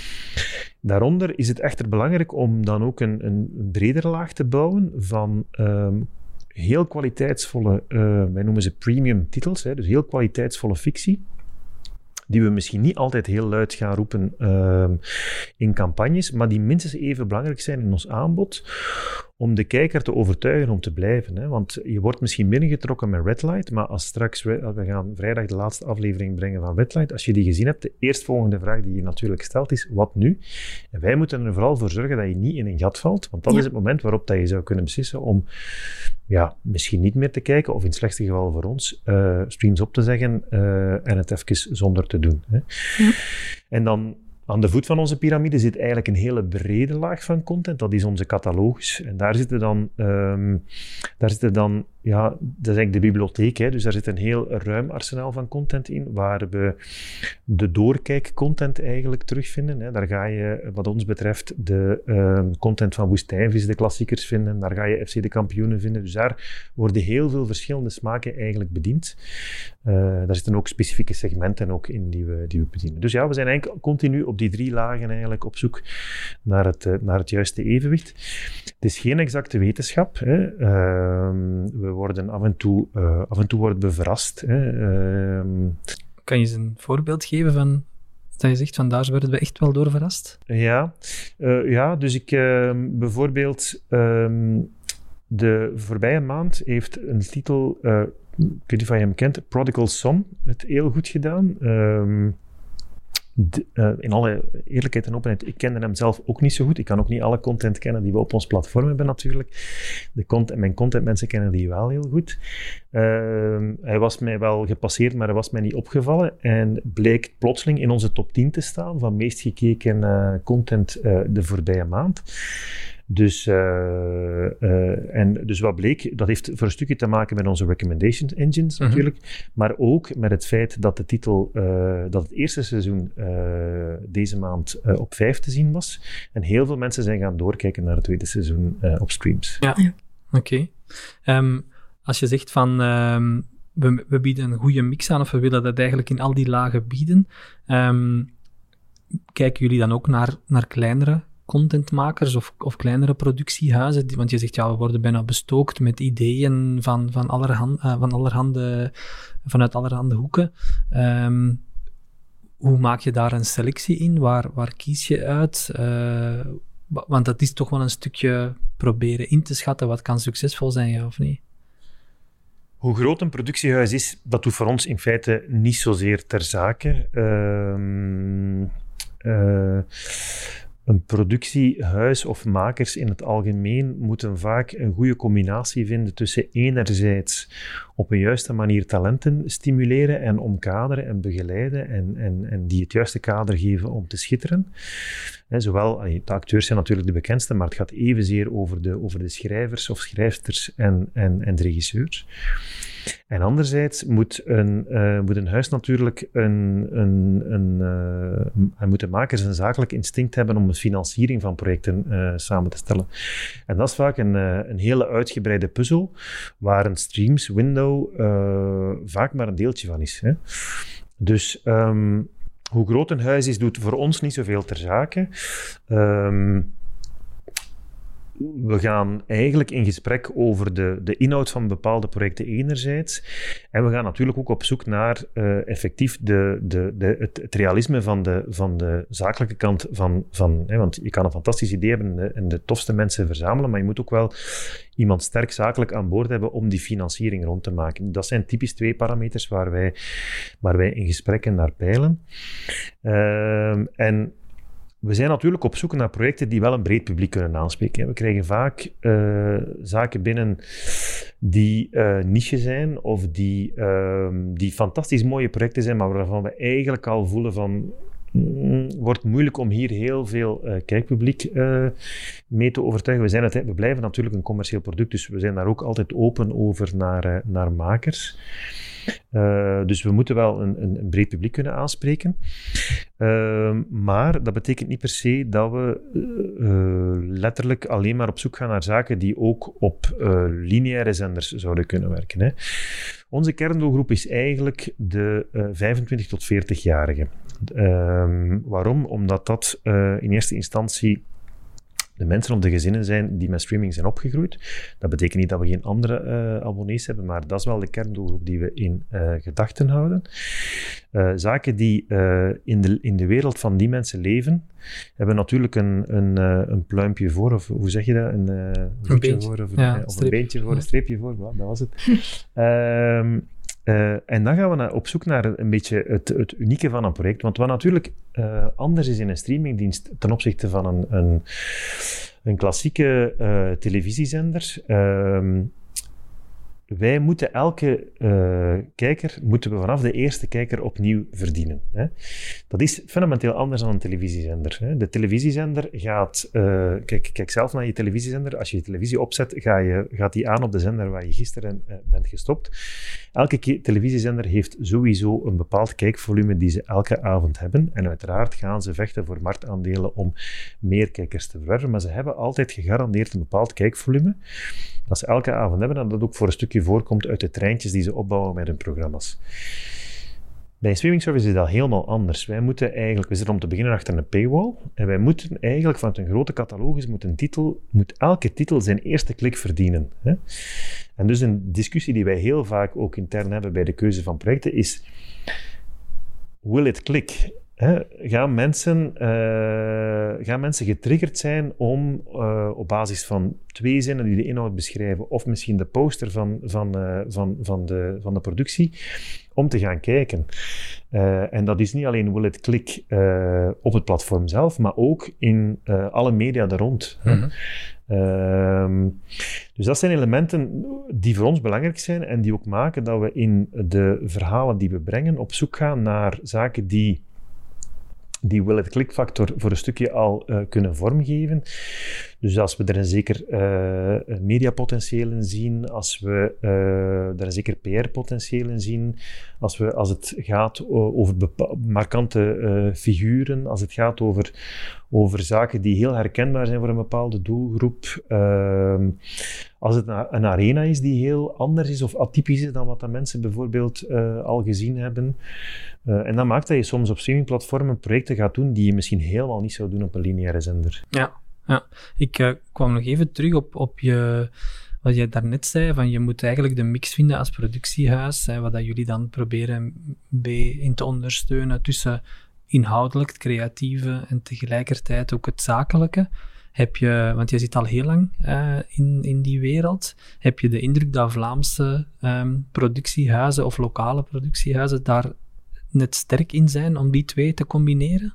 Daaronder is het echter belangrijk om dan ook een, een bredere laag te bouwen van um, heel kwaliteitsvolle, uh, wij noemen ze premium titels, hè, dus heel kwaliteitsvolle fictie, die we misschien niet altijd heel luid gaan roepen uh, in campagnes, maar die minstens even belangrijk zijn in ons aanbod om de kijker te overtuigen om te blijven. Hè? Want je wordt misschien binnengetrokken met Red Light, maar als straks, we gaan vrijdag de laatste aflevering brengen van Red Light, als je die gezien hebt, de eerstvolgende vraag die je natuurlijk stelt is, wat nu? En wij moeten er vooral voor zorgen dat je niet in een gat valt, want dat ja. is het moment waarop dat je zou kunnen beslissen om ja, misschien niet meer te kijken, of in het slechtste geval voor ons, uh, streams op te zeggen uh, en het even zonder te doen. Hè? Ja. En dan aan de voet van onze piramide zit eigenlijk een hele brede laag van content. Dat is onze catalogus. En daar zitten dan, um, daar zitten dan ja, dat is eigenlijk de bibliotheek. Hè. Dus daar zit een heel ruim arsenaal van content in, waar we de doorkijk-content eigenlijk terugvinden. Hè. Daar ga je, wat ons betreft, de um, content van Woestijnvis, de klassiekers vinden. Daar ga je F C de kampioenen vinden. Dus daar worden heel veel verschillende smaken eigenlijk bediend. Uh, daar zitten ook specifieke segmenten ook in die we, die we bedienen. Dus ja, we zijn eigenlijk continu op die drie lagen eigenlijk op zoek naar het, uh, naar het juiste evenwicht. Het is geen exacte wetenschap. Hè. Uh, we worden af en toe, uh, af en toe worden we verrast. Hè. Uh, kan je eens een voorbeeld geven van dat je zegt, van daar worden we echt wel door verrast? Ja, uh, ja dus ik uh, bijvoorbeeld um, de voorbije maand heeft een titel, uh, ik weet niet of je hem kent, Prodigal Son, het heel goed gedaan. Um, De, uh, in alle eerlijkheid en openheid, ik kende hem zelf ook niet zo goed. Ik kan ook niet alle content kennen die we op ons platform hebben natuurlijk. De content, mijn contentmensen kennen die wel heel goed. Uh, hij was mij wel gepasseerd, maar hij was mij niet opgevallen. En bleek plotseling in onze top tien te staan van meest gekeken uh, content uh, de voorbije maand. Dus, uh, uh, en dus wat bleek, dat heeft voor een stukje te maken met onze recommendation engines natuurlijk, mm-hmm. maar ook met het feit dat de titel, uh, dat het eerste seizoen uh, deze maand uh, op vijf te zien was. En heel veel mensen zijn gaan doorkijken naar het tweede seizoen uh, op streams. Ja, ja. Oké. Okay. Um, als je zegt van, um, we, we bieden een goede mix aan, of we willen dat eigenlijk in al die lagen bieden, um, kijken jullie dan ook naar, naar kleinere contentmakers of, of kleinere productiehuizen? Want je zegt, ja, we worden bijna bestookt met ideeën van, van, allerhand, uh, van allerhande, vanuit allerhande hoeken. Um, hoe maak je daar een selectie in? Waar, waar kies je uit? Uh, want dat is toch wel een stukje proberen in te schatten wat kan succesvol zijn, ja of nee? Hoe groot een productiehuis is, dat doet voor ons in feite niet zozeer ter zake. Uh, uh, Een productiehuis of makers in het algemeen moeten vaak een goede combinatie vinden tussen enerzijds op een juiste manier talenten stimuleren en omkaderen en begeleiden en, en, en die het juiste kader geven om te schitteren. He, zowel, de acteurs zijn natuurlijk de bekendste, maar het gaat evenzeer over de, over de schrijvers of schrijfsters en, en, en de regisseurs. En anderzijds moet een, uh, moet een huis natuurlijk een, een, een, uh, moeten makers een zakelijk instinct hebben om een financiering van projecten uh, samen te stellen. En dat is vaak een, uh, een hele uitgebreide puzzel, waar een streams window uh, vaak maar een deeltje van is. Hè. Dus um, hoe groot een huis is, doet voor ons niet zoveel ter zake. Um, We gaan eigenlijk in gesprek over de, de inhoud van bepaalde projecten enerzijds. En we gaan natuurlijk ook op zoek naar uh, effectief de, de, de, het, het realisme van de, van de zakelijke kant van... van hè, want je kan een fantastisch idee hebben en de, en de tofste mensen verzamelen, maar je moet ook wel iemand sterk zakelijk aan boord hebben om die financiering rond te maken. Dat zijn typisch twee parameters waar wij, waar wij in gesprekken naar peilen. Uh, en... We zijn natuurlijk op zoek naar projecten die wel een breed publiek kunnen aanspreken. We krijgen vaak uh, zaken binnen die uh, niche zijn of die, uh, die fantastisch mooie projecten zijn, maar waarvan we eigenlijk al voelen van... Mm, wordt moeilijk om hier heel veel uh, kijkpubliek uh, mee te overtuigen. We, zijn het, we blijven natuurlijk een commercieel product, dus we zijn daar ook altijd open over naar, uh, naar makers. Uh, dus we moeten wel een, een, een breed publiek kunnen aanspreken. Uh, maar dat betekent niet per se dat we uh, letterlijk alleen maar op zoek gaan naar zaken die ook op uh, lineaire zenders zouden kunnen werken. Hè. Onze kerndoelgroep is eigenlijk de uh, vijfentwintig tot veertig-jarigen. Uh, waarom? Omdat dat uh, in eerste instantie de mensen of de gezinnen zijn die met streaming zijn opgegroeid. Dat betekent niet dat we geen andere uh, abonnees hebben, maar dat is wel de kerndoelgroep die we in uh, gedachten houden. Uh, zaken die uh, in, de, in de wereld van die mensen leven, hebben natuurlijk een, een, uh, een pluimpje voor, of hoe zeg je dat? Een, uh, een beentje voor, of, ja, uh, of een beentje voor, een streepje voor, dat was het. uh, Uh, en dan gaan we naar, op zoek naar een, een beetje het, het unieke van een project. Want wat natuurlijk uh, anders is in een streamingdienst ten opzichte van een, een, een klassieke uh, televisiezender. Uh, wij moeten elke uh, kijker, moeten we vanaf de eerste kijker opnieuw verdienen. Hè. Dat is fundamenteel anders dan een televisiezender. Hè. De televisiezender gaat... Uh, kijk, kijk zelf naar je televisiezender. Als je je televisie opzet, ga je, gaat die aan op de zender waar je gisteren uh, bent gestopt. Elke ke- televisiezender heeft sowieso een bepaald kijkvolume die ze elke avond hebben. En uiteraard gaan ze vechten voor marktaandelen om meer kijkers te verwerven. Maar ze hebben altijd gegarandeerd een bepaald kijkvolume dat ze elke avond hebben en dat ook voor een stukje voorkomt uit de treintjes die ze opbouwen met hun programma's. Bij een streaming service is dat helemaal anders. Wij moeten eigenlijk, we zitten om te beginnen achter een paywall en wij moeten eigenlijk vanuit een grote catalogus, moet, een titel, moet elke titel zijn eerste klik verdienen. Hè? En dus een discussie die wij heel vaak ook intern hebben bij de keuze van projecten is, will it click? Hè, gaan, mensen, uh, gaan mensen getriggerd zijn om uh, op basis van twee zinnen die de inhoud beschrijven, of misschien de poster van, van, uh, van, van, de, van de productie, om te gaan kijken. Uh, en dat is niet alleen Will It Click uh, op het platform zelf, maar ook in uh, alle media daar rond. Mm-hmm. Uh, dus dat zijn elementen die voor ons belangrijk zijn en die ook maken dat we in de verhalen die we brengen op zoek gaan naar zaken die die Will It Click factor voor een stukje al uh, kunnen vormgeven. Dus als we er een zeker uh, mediapotentieel in zien, als we uh, er een zeker P R-potentieel in zien, als, we, als het gaat over bepa- markante uh, figuren, als het gaat over, over zaken die heel herkenbaar zijn voor een bepaalde doelgroep, uh, als het een arena is die heel anders is of atypisch is dan wat dat mensen bijvoorbeeld uh, al gezien hebben. Uh, en dat maakt dat je soms op streamingplatformen projecten gaat doen die je misschien helemaal niet zou doen op een lineaire zender. Ja, ja. ik uh, kwam nog even terug op, op je, wat je daarnet zei, van je moet eigenlijk de mix vinden als productiehuis, hè, wat dat jullie dan proberen B in te ondersteunen tussen inhoudelijk, het creatieve en tegelijkertijd ook het zakelijke. Heb je, want je zit al heel lang uh, in, in die wereld, heb je de indruk dat Vlaamse um, productiehuizen of lokale productiehuizen daar net sterk in zijn om die twee te combineren?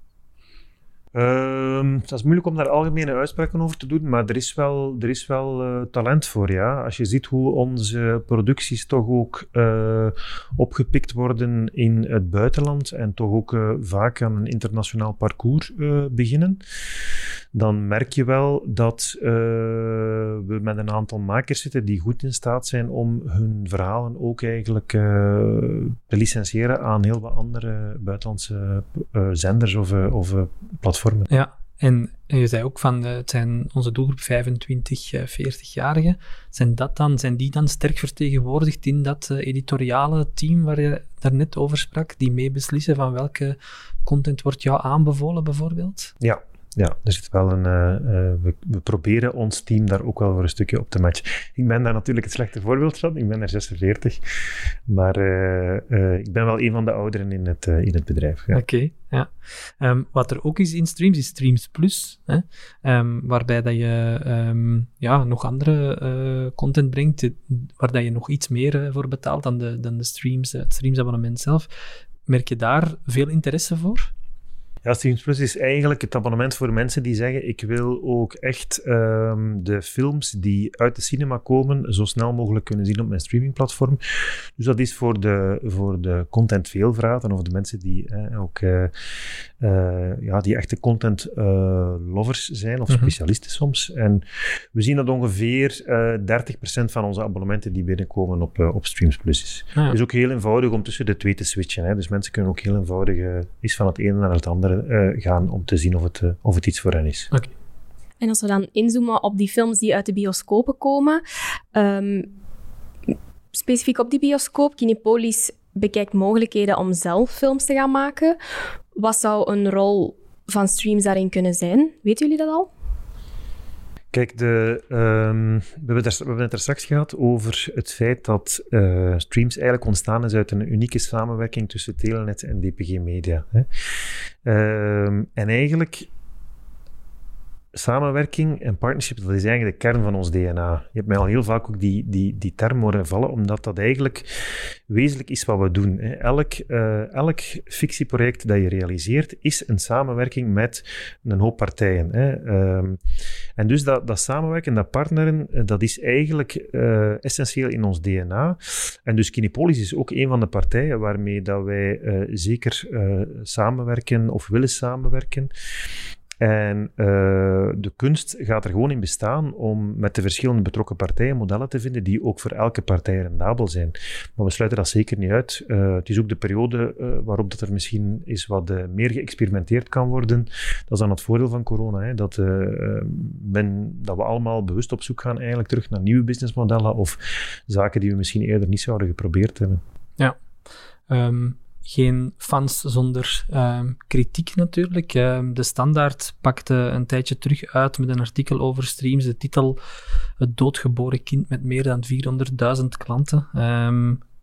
Um, het is moeilijk om daar algemene uitspraken over te doen, maar er is wel, er is wel uh, talent voor, ja. Als je ziet hoe onze producties toch ook uh, opgepikt worden in het buitenland en toch ook uh, vaak aan een internationaal parcours uh, beginnen, dan merk je wel dat uh, we met een aantal makers zitten die goed in staat zijn om hun verhalen ook eigenlijk uh, te licentiëren aan heel wat andere buitenlandse uh, zenders of, uh, of uh, platforms. Ja, en je zei ook van, uh, het zijn onze doelgroep vijfentwintig, veertig-jarigen. Zijn, dat dan, zijn die dan sterk vertegenwoordigd in dat uh, editoriale team waar je daarnet over sprak, die meebeslissen van welke content wordt jou aanbevolen bijvoorbeeld? Ja. Ja, er zit wel een... Uh, uh, we, we proberen ons team daar ook wel voor een stukje op te matchen. Ik ben daar natuurlijk het slechte voorbeeld van. Ik ben er zesenveertig. Maar uh, uh, ik ben wel een van de ouderen in het, uh, in het bedrijf. Ja. Oké, okay, ja. Um, wat er ook is in Streams, is Streams Plus. Hè? Um, waarbij dat je um, ja, nog andere uh, content brengt, waar dat je nog iets meer uh, voor betaalt dan de, dan de streams, het Streams-abonnement zelf. Merk je daar veel interesse voor? Ja, Streams Plus is eigenlijk het abonnement voor mensen die zeggen ik wil ook echt um, de films die uit de cinema komen zo snel mogelijk kunnen zien op mijn streamingplatform. Dus dat is voor de, voor de content veelvraten of de mensen die eh, ook uh, uh, ja, die echte content uh, lovers zijn of mm-hmm. specialisten soms. En we zien dat ongeveer uh, dertig procent van onze abonnementen die binnenkomen op, uh, op Streams Plus is. Het ja. is ook heel eenvoudig om tussen de twee te switchen. Hè. Dus mensen kunnen ook heel eenvoudig uh, iets van het ene naar het andere Uh, gaan om te zien of het, uh, of het iets voor hen is. Okay. En als we dan inzoomen op die films die uit de bioscopen komen, um, specifiek op die bioscoop, Kinepolis bekijkt mogelijkheden om zelf films te gaan maken. Wat zou een rol van streams daarin kunnen zijn? Weten jullie dat al? Kijk, de, um, we, hebben daar, we hebben het er straks gehad over het feit dat uh, Streams eigenlijk ontstaan is uit een unieke samenwerking tussen Telenet en D P G Media. Hè. Um, en eigenlijk, samenwerking en partnership, dat is eigenlijk de kern van ons D N A. Je hebt mij al heel vaak ook die, die, die term horen vallen, omdat dat eigenlijk wezenlijk is wat we doen. Hè. Elk, uh, elk fictieproject dat je realiseert, is een samenwerking met een hoop partijen. Hè. Um, en dus dat, dat samenwerken, dat partneren, dat is eigenlijk uh, essentieel in ons D N A. En dus Kinepolis is ook een van de partijen waarmee dat wij uh, zeker uh, samenwerken of willen samenwerken. En uh, de kunst gaat er gewoon in bestaan om met de verschillende betrokken partijen modellen te vinden die ook voor elke partij rendabel zijn. Maar we sluiten dat zeker niet uit. Uh, het is ook de periode uh, waarop dat er misschien is wat uh, meer geëxperimenteerd kan worden. Dat is dan het voordeel van corona, hè, dat, uh, men, dat we allemaal bewust op zoek gaan eigenlijk terug naar nieuwe businessmodellen of zaken die we misschien eerder niet zouden geprobeerd hebben. Ja, um... geen fans zonder uh, kritiek natuurlijk. Uh, de Standaard pakte een tijdje terug uit met een artikel over streams. De titel Het doodgeboren kind met meer dan vierhonderdduizend klanten. Um,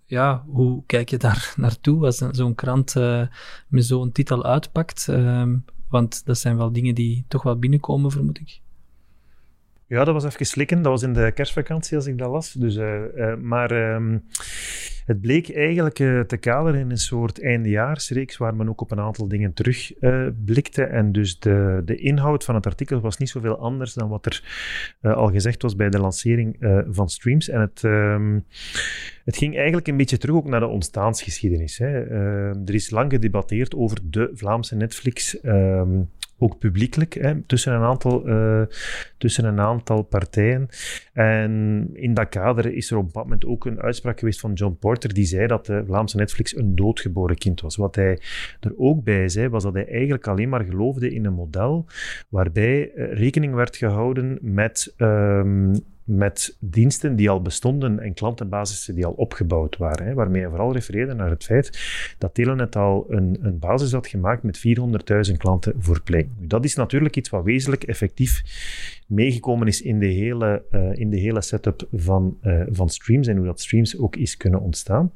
ja, hoe kijk je daar naartoe als zo'n krant uh, met zo'n titel uitpakt? Uh, want dat zijn wel dingen die toch wel binnenkomen, vermoed ik. Ja, dat was even slikken. Dat was in de kerstvakantie als ik dat las. Dus, uh, uh, maar um, het bleek eigenlijk uh, te kaderen in een soort eindejaarsreeks waar men ook op een aantal dingen terugblikte. Uh, en dus de, de inhoud van het artikel was niet zoveel anders dan wat er uh, al gezegd was bij de lancering uh, van Streams. En het, um, het ging eigenlijk een beetje terug ook naar de ontstaansgeschiedenis. Hè. Uh, er is lang gedebatteerd over de Vlaamse Netflix. Um, Ook publiekelijk, hè, tussen, een aantal, uh, tussen een aantal partijen. En in dat kader is er op dat moment ook een uitspraak geweest van John Porter, die zei dat de Vlaamse Netflix een doodgeboren kind was. Wat hij er ook bij zei, was dat hij eigenlijk alleen maar geloofde in een model waarbij uh, rekening werd gehouden met... Um, met diensten die al bestonden en klantenbasissen die al opgebouwd waren. Hè, waarmee hij vooral refereerde naar het feit dat Telenet al een, een basis had gemaakt met vierhonderdduizend klanten voor Play. Nu, dat is natuurlijk iets wat wezenlijk effectief meegekomen is in de hele, uh, in de hele setup van, uh, van Streams en hoe dat Streams ook is kunnen ontstaan.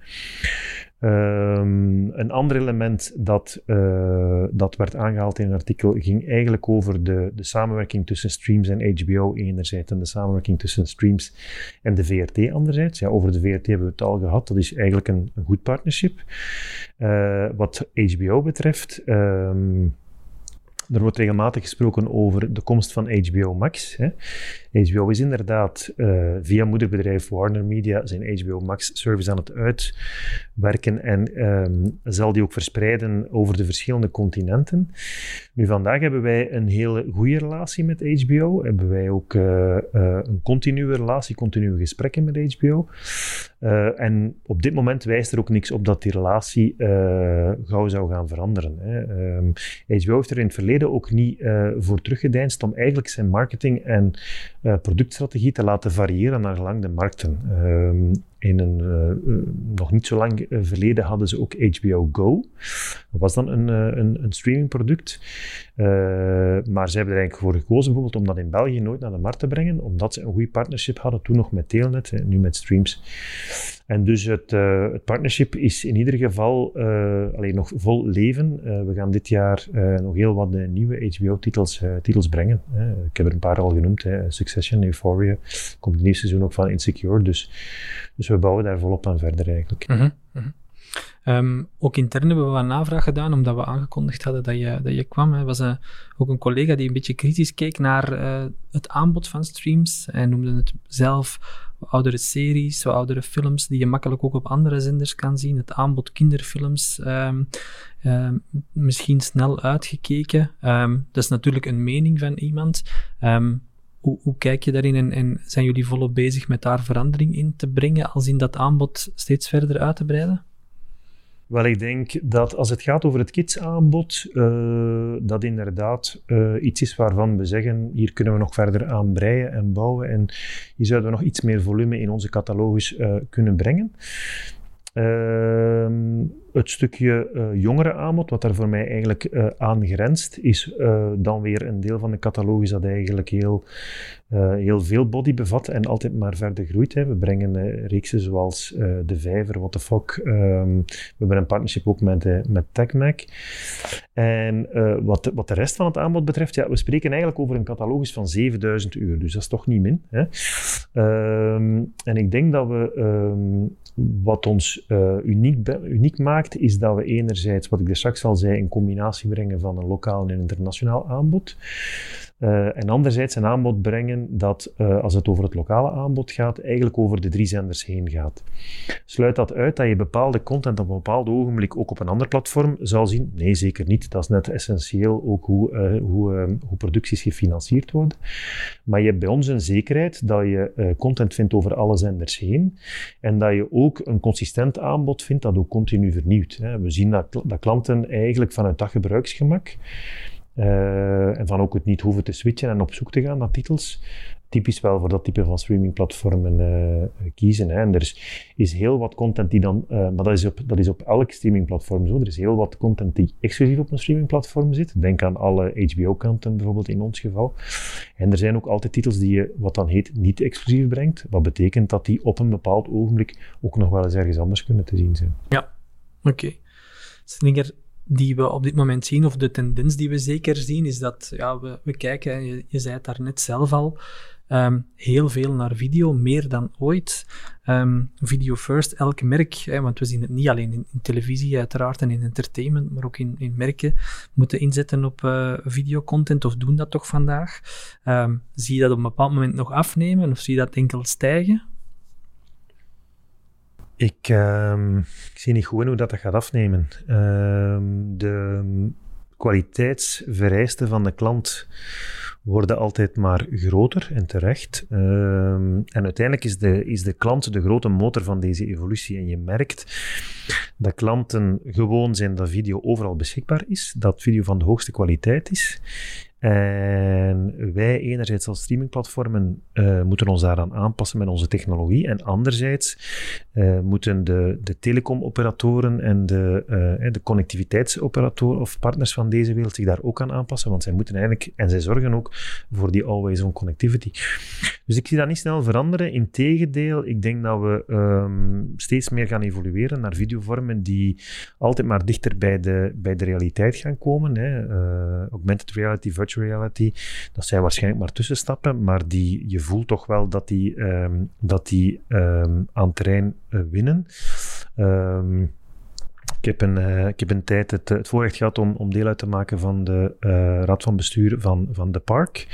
Um, een ander element dat, uh, dat werd aangehaald in een artikel ging eigenlijk over de, de samenwerking tussen Streams en H B O enerzijds en de samenwerking tussen Streams en de V R T anderzijds. Ja, over de V R T hebben we het al gehad. Dat is eigenlijk een, een goed partnership. Uh, wat H B O betreft... Um, Er wordt regelmatig gesproken over de komst van H B O Max. Hè. H B O is inderdaad uh, via moederbedrijf Warner Media zijn H B O Max service aan het uitwerken en um, zal die ook verspreiden over de verschillende continenten. Nu, vandaag hebben wij een hele goede relatie met H B O. Hebben wij ook uh, uh, een continue relatie, continue gesprekken met H B O. Uh, en op dit moment wijst er ook niks op dat die relatie uh, gauw zou gaan veranderen. Hè. Um, H B O heeft er in het verleden ook niet uh, voor teruggedeinst om eigenlijk zijn marketing en uh, productstrategie te laten variëren naar gelang de markten. Um, in een uh, uh, nog niet zo lang uh, verleden hadden ze ook H B O Go. Dat was dan een, uh, een, een streamingproduct. Uh, maar ze hebben er eigenlijk voor gekozen bijvoorbeeld om dat in België nooit naar de markt te brengen, omdat ze een goede partnership hadden, toen nog met Telenet en nu met Streams. En dus het, uh, het partnership is in ieder geval uh, alleen nog vol leven. Uh, we gaan dit jaar uh, nog heel wat uh, nieuwe H B O-titels uh, titels brengen. Uh, ik heb er een paar al genoemd. Hè. Succession, Euphoria. Komt het nieuwe seizoen ook van Insecure. Dus, dus we bouwen daar volop aan verder eigenlijk. Mm-hmm, mm-hmm. Um, ook intern hebben we wat navraag gedaan, omdat we aangekondigd hadden dat je, dat je kwam. Er was uh, ook een collega die een beetje kritisch keek naar uh, het aanbod van Streams. Hij noemde het zelf oudere series, oudere films, die je makkelijk ook op andere zenders kan zien. Het aanbod kinderfilms, um, um, misschien snel uitgekeken. Um, dat is natuurlijk een mening van iemand. Um, Hoe, hoe kijk je daarin en, en zijn jullie volop bezig met daar verandering in te brengen, als in dat aanbod steeds verder uit te breiden? Wel, ik denk dat als het gaat over het kidsaanbod, uh, dat inderdaad uh, iets is waarvan we zeggen, hier kunnen we nog verder aan breien en bouwen en hier zouden we nog iets meer volume in onze catalogus uh, kunnen brengen. Uh, het stukje uh, jongere aanbod, wat daar voor mij eigenlijk uh, aan grenst, is uh, dan weer een deel van de catalogus dat eigenlijk heel, uh, heel veel body bevat en altijd maar verder groeit. Hè. We brengen uh, reeksen zoals uh, De Vijver, What the Fuck. Um, we hebben een partnership ook met, uh, met TechMac. En uh, wat, de, wat de rest van het aanbod betreft, ja, we spreken eigenlijk over een catalogus van zevenduizend uur, dus dat is toch niet min. Hè. Um, en ik denk dat we... Um, Wat ons uh, uniek, be- uniek maakt, is dat we enerzijds, wat ik er straks al zei, een combinatie brengen van een lokaal en een internationaal aanbod. Uh, en anderzijds een aanbod brengen dat, uh, als het over het lokale aanbod gaat, eigenlijk over de drie zenders heen gaat. Sluit dat uit dat je bepaalde content op een bepaald ogenblik ook op een ander platform zal zien? Nee, zeker niet. Dat is net essentieel ook hoe, uh, hoe, uh, hoe producties gefinancierd worden. Maar je hebt bij ons een zekerheid dat je uh, content vindt over alle zenders heen en dat je ook een consistent aanbod vindt dat ook continu vernieuwt. Hè. We zien dat, dat klanten eigenlijk vanuit dat gebruiksgemak Uh, en van ook het niet hoeven te switchen en op zoek te gaan naar titels, typisch wel voor dat type van streamingplatformen uh, kiezen. Hè. En er is, is heel wat content die dan... Uh, maar dat is, op, dat is op elk streamingplatform zo. Er is heel wat content die exclusief op een streamingplatform zit. Denk aan alle H B O-content bijvoorbeeld in ons geval. En er zijn ook altijd titels die je, wat dan heet, niet exclusief brengt. Wat betekent dat die op een bepaald ogenblik ook nog wel eens ergens anders kunnen te zien zijn. Ja, oké. Okay. Slinger, die we op dit moment zien, of de tendens die we zeker zien, is dat ja, we, we kijken, je, je zei het daarnet zelf al, um, heel veel naar video, meer dan ooit. Um, video first, elk merk, hè, want we zien het niet alleen in, in televisie uiteraard en in entertainment, maar ook in, in merken, moeten inzetten op uh, videocontent, of doen dat toch vandaag. Um, zie je dat op een bepaald moment nog afnemen, of zie je dat enkel stijgen? Ik, uh, ik zie niet goed hoe dat, dat gaat afnemen. Uh, de kwaliteitsvereisten van de klant worden altijd maar groter en terecht. Uh, en uiteindelijk is de, is de klant de grote motor van deze evolutie. En je merkt dat klanten gewoon zijn dat video overal beschikbaar is, dat video van de hoogste kwaliteit is. En wij enerzijds als streamingplatformen uh, moeten ons daaraan aanpassen met onze technologie. En anderzijds uh, moeten de, de telecomoperatoren en de, uh, de connectiviteitsoperatoren of partners van deze wereld zich daar ook aan aanpassen. Want zij moeten eigenlijk, en zij zorgen ook voor die always-on connectivity. Dus ik zie dat niet snel veranderen. Integendeel, ik denk dat we um, steeds meer gaan evolueren naar videovormen die altijd maar dichter bij de, bij de realiteit gaan komen. Hè. Uh, augmented reality, virtual reality, dat zijn waarschijnlijk maar tussenstappen, maar die, je voelt toch wel dat die, um, dat die um, aan terrein uh, winnen. Um, ik, heb een, uh, ik heb een tijd het, het voorrecht gehad om, om deel uit te maken van de uh, raad van bestuur van, van de Park.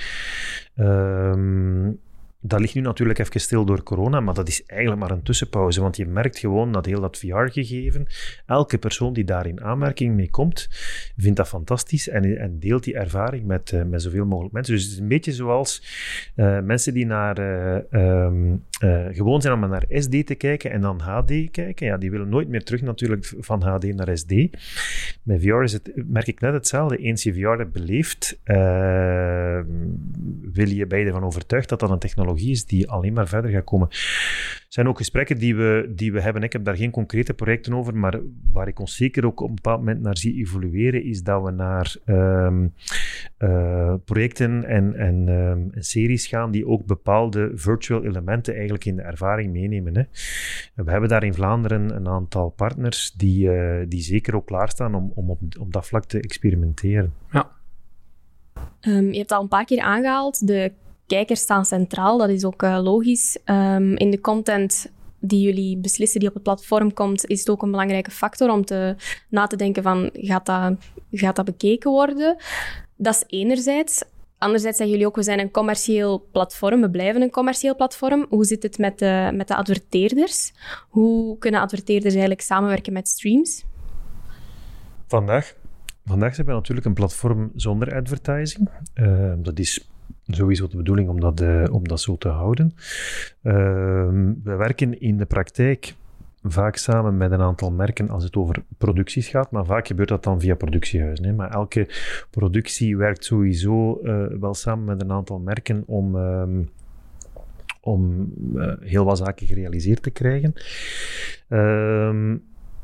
Um, Dat ligt nu natuurlijk even stil door corona, maar dat is eigenlijk maar een tussenpauze, want je merkt gewoon dat heel dat V R-gegeven, elke persoon die daar in aanmerking mee komt, vindt dat fantastisch en, en deelt die ervaring met, uh, met zoveel mogelijk mensen. Dus het is een beetje zoals uh, mensen die naar, uh, um, uh, gewoon zijn om naar S D te kijken en dan H D kijken. Ja, die willen nooit meer terug natuurlijk van H D naar S D. Met V R is het, merk ik net hetzelfde. Eens je V R hebt beleefd, uh, wil je bij je ervan overtuigd dat dat een technologie is die alleen maar verder gaat komen. Er zijn ook gesprekken die we, die we hebben. Ik heb daar geen concrete projecten over, maar waar ik ons zeker ook op een bepaald moment naar zie evolueren, is dat we naar um, uh, projecten en, en, um, en series gaan die ook bepaalde virtual elementen eigenlijk in de ervaring meenemen. Hè. We hebben daar in Vlaanderen een aantal partners die, uh, die zeker ook klaarstaan om, om op, op dat vlak te experimenteren. Ja. Um, je hebt al een paar keer aangehaald, de kijkers staan centraal, dat is ook uh, logisch. Um, in de content die jullie beslissen, die op het platform komt, is het ook een belangrijke factor om te, na te denken van, gaat dat, gaat dat bekeken worden? Dat is enerzijds. Anderzijds zeggen jullie ook, we zijn een commercieel platform, we blijven een commercieel platform. Hoe zit het met de, met de adverteerders? Hoe kunnen adverteerders eigenlijk samenwerken met streams? Vandaag, vandaag zijn we natuurlijk een platform zonder advertising. Uh, dat is sowieso de bedoeling om dat, uh, om dat zo te houden. Uh, we werken in de praktijk vaak samen met een aantal merken als het over producties gaat, maar vaak gebeurt dat dan via productiehuizen. Hè. Maar elke productie werkt sowieso uh, wel samen met een aantal merken om, um, om uh, heel wat zaken gerealiseerd te krijgen. Um,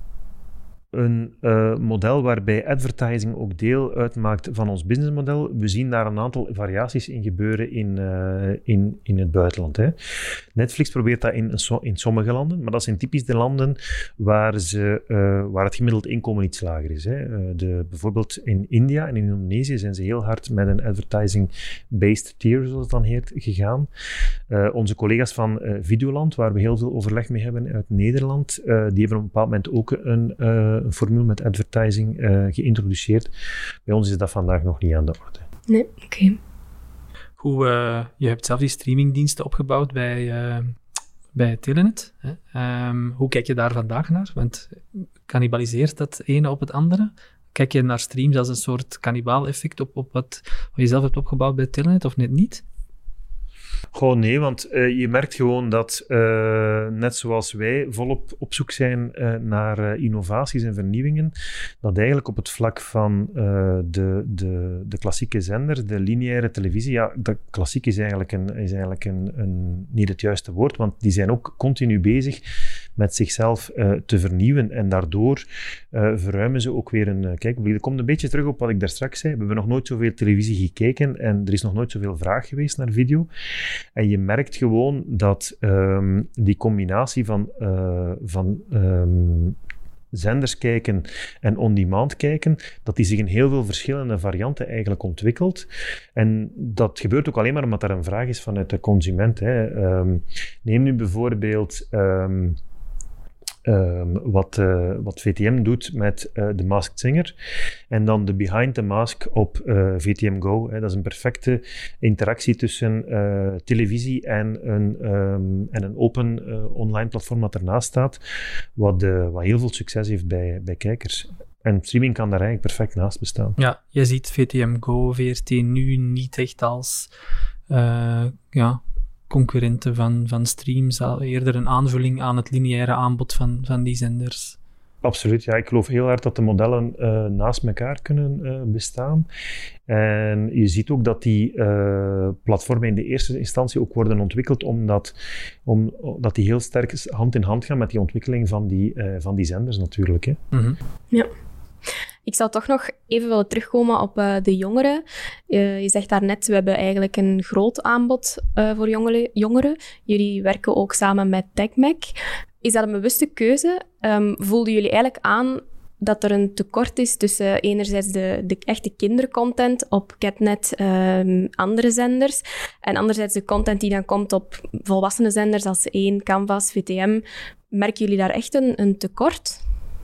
Een uh, model waarbij advertising ook deel uitmaakt van ons businessmodel. We zien daar een aantal variaties in gebeuren in, uh, in, in het buitenland. Hè. Netflix probeert dat in, in sommige landen, maar dat zijn typisch de landen waar, ze, uh, waar het gemiddeld inkomen iets lager is. Hè. Uh, de, bijvoorbeeld in India en in Indonesië zijn ze heel hard met een advertising-based tier, zoals het dan heet, gegaan. Uh, onze collega's van uh, Videoland, waar we heel veel overleg mee hebben uit Nederland, uh, die hebben op een bepaald moment ook een uh, een formule met advertising uh, geïntroduceerd. Bij ons is dat vandaag nog niet aan de orde. Nee, oké. Okay. Hoe, uh, je hebt zelf die streamingdiensten opgebouwd bij, uh, bij Telenet. Hè? Um, hoe kijk je daar vandaag naar? Want cannibaliseert dat ene op het andere? Kijk je naar streams als een soort kannibaal-effect op, op wat, wat je zelf hebt opgebouwd bij Telenet, of net niet? Goh, nee, want uh, je merkt gewoon dat, uh, net zoals wij volop op zoek zijn uh, naar uh, innovaties en vernieuwingen, dat eigenlijk op het vlak van uh, de, de, de klassieke zenders, de lineaire televisie, ja, de klassiek is eigenlijk, een, is eigenlijk een, een, niet het juiste woord, want die zijn ook continu bezig met zichzelf uh, te vernieuwen en daardoor uh, verruimen ze ook weer een uh, kijkpubliek. Dat komt een beetje terug op wat ik daar straks zei. We hebben nog nooit zoveel televisie gekeken en er is nog nooit zoveel vraag geweest naar video. En je merkt gewoon dat um, die combinatie van, uh, van um, zenders kijken en on-demand kijken, dat die zich in heel veel verschillende varianten eigenlijk ontwikkelt. En dat gebeurt ook alleen maar omdat er een vraag is vanuit de consument. Hè. Um, neem nu bijvoorbeeld Um, Um, wat, uh, wat V T M doet met uh, The Masked Singer en dan de Behind the Mask op uh, V T M Go. Hè. Dat is een perfecte interactie tussen uh, televisie en een, um, en een open uh, online platform dat ernaast staat, wat, uh, wat heel veel succes heeft bij, bij kijkers. En streaming kan daar eigenlijk perfect naast bestaan. Ja, je ziet V T M Go, V R T nu niet echt als uh, ja, concurrenten van, van streams, al eerder een aanvulling aan het lineaire aanbod van, van die zenders. Absoluut, ja. Ik geloof heel hard dat de modellen uh, naast elkaar kunnen uh, bestaan. En je ziet ook dat die uh, platformen in de eerste instantie ook worden ontwikkeld, omdat, omdat die heel sterk hand in hand gaan met die ontwikkeling van die, uh, van die zenders natuurlijk. Hè. Mm-hmm. Ja. Ik zou toch nog even willen terugkomen op uh, de jongeren. Uh, je zegt daarnet, we hebben eigenlijk een groot aanbod uh, voor jongeren, jongeren. Jullie werken ook samen met TechMac. Is dat een bewuste keuze? Um, voelden jullie eigenlijk aan dat er een tekort is tussen uh, enerzijds de, de echte kindercontent op Catnet, um, andere zenders, en anderzijds de content die dan komt op volwassene zenders als één, Canvas, V T M. Merken jullie daar echt een, een tekort?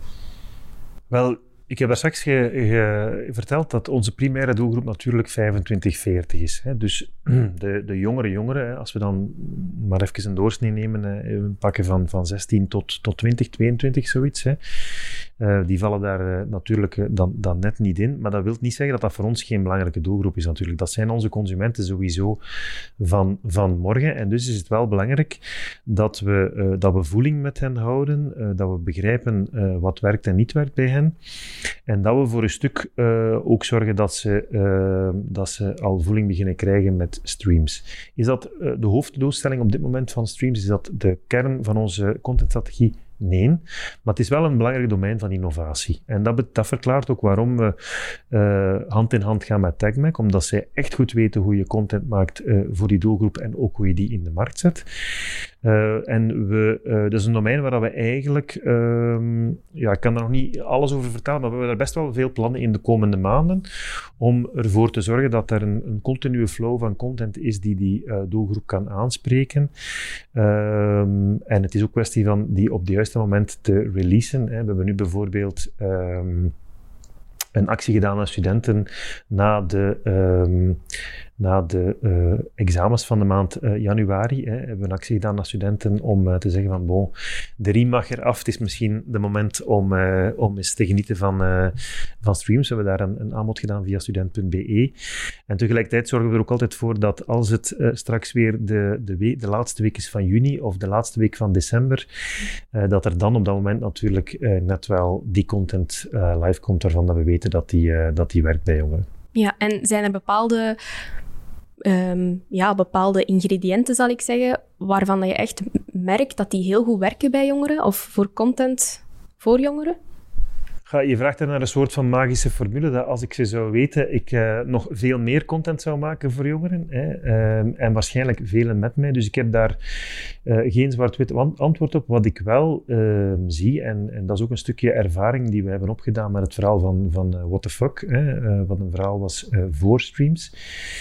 Wel, ik heb daar straks ge, ge, verteld dat onze primaire doelgroep natuurlijk vijfentwintig veertig is. Hè. Dus de, de jongere jongeren, hè, als we dan maar even een doorsnee nemen, hè, we pakken van, van zestien tot, tot twintig, tweeëntwintig, zoiets. Hè. Uh, die vallen daar uh, natuurlijk uh, dan, dan net niet in. Maar dat wil niet zeggen dat dat voor ons geen belangrijke doelgroep is natuurlijk. Dat zijn onze consumenten sowieso van, van morgen. En dus is het wel belangrijk dat we, uh, dat we voeling met hen houden, uh, dat we begrijpen uh, wat werkt en niet werkt bij hen. En dat we voor een stuk uh, ook zorgen dat ze, uh, dat ze al voeling beginnen krijgen met streams. Is dat uh, de hoofddoelstelling op dit moment van streams? Is dat de kern van onze contentstrategie? Nee, maar het is wel een belangrijk domein van innovatie. En dat, dat verklaart ook waarom we uh, hand in hand gaan met TechMac, omdat zij echt goed weten hoe je content maakt uh, voor die doelgroep en ook hoe je die in de markt zet. Uh, en we, uh, dat is een domein waar we eigenlijk, uh, ja, ik kan daar nog niet alles over vertellen, maar we hebben daar best wel veel plannen in de komende maanden om ervoor te zorgen dat er een, een continue flow van content is die die uh, doelgroep kan aanspreken. Uh, en het is ook kwestie van die op de juiste moment te releasen. Hè. We hebben nu bijvoorbeeld um, een actie gedaan aan studenten na de, um, na de uh, examens van de maand uh, januari. Hè. We hebben een actie gedaan aan studenten om uh, te zeggen van bon, de riem mag eraf. Het is misschien de moment om, uh, om eens te genieten van, uh, van streams. We hebben daar een, een aanbod gedaan via student punt b e. En tegelijkertijd zorgen we er ook altijd voor dat als het uh, straks weer de, de, we- de laatste week is van juni of de laatste week van december, uh, dat er dan op dat moment natuurlijk uh, net wel die content uh, live komt waarvan dat we weten dat die, uh, dat die werkt bij jongeren. Ja, en zijn er bepaalde, um, ja, bepaalde ingrediënten, zal ik zeggen, waarvan dat je echt merkt dat die heel goed werken bij jongeren of voor content voor jongeren? Ja, je vraagt er naar een soort van magische formule, dat als ik ze zou weten, ik uh, nog veel meer content zou maken voor jongeren. Hè, uh, en waarschijnlijk velen met mij. Dus ik heb daar uh, geen zwart-wit antwoord op. Wat ik wel uh, zie, en, en dat is ook een stukje ervaring die we hebben opgedaan met het verhaal van, van uh, What the Fuck, hè, uh, wat een verhaal was uh, voor streams.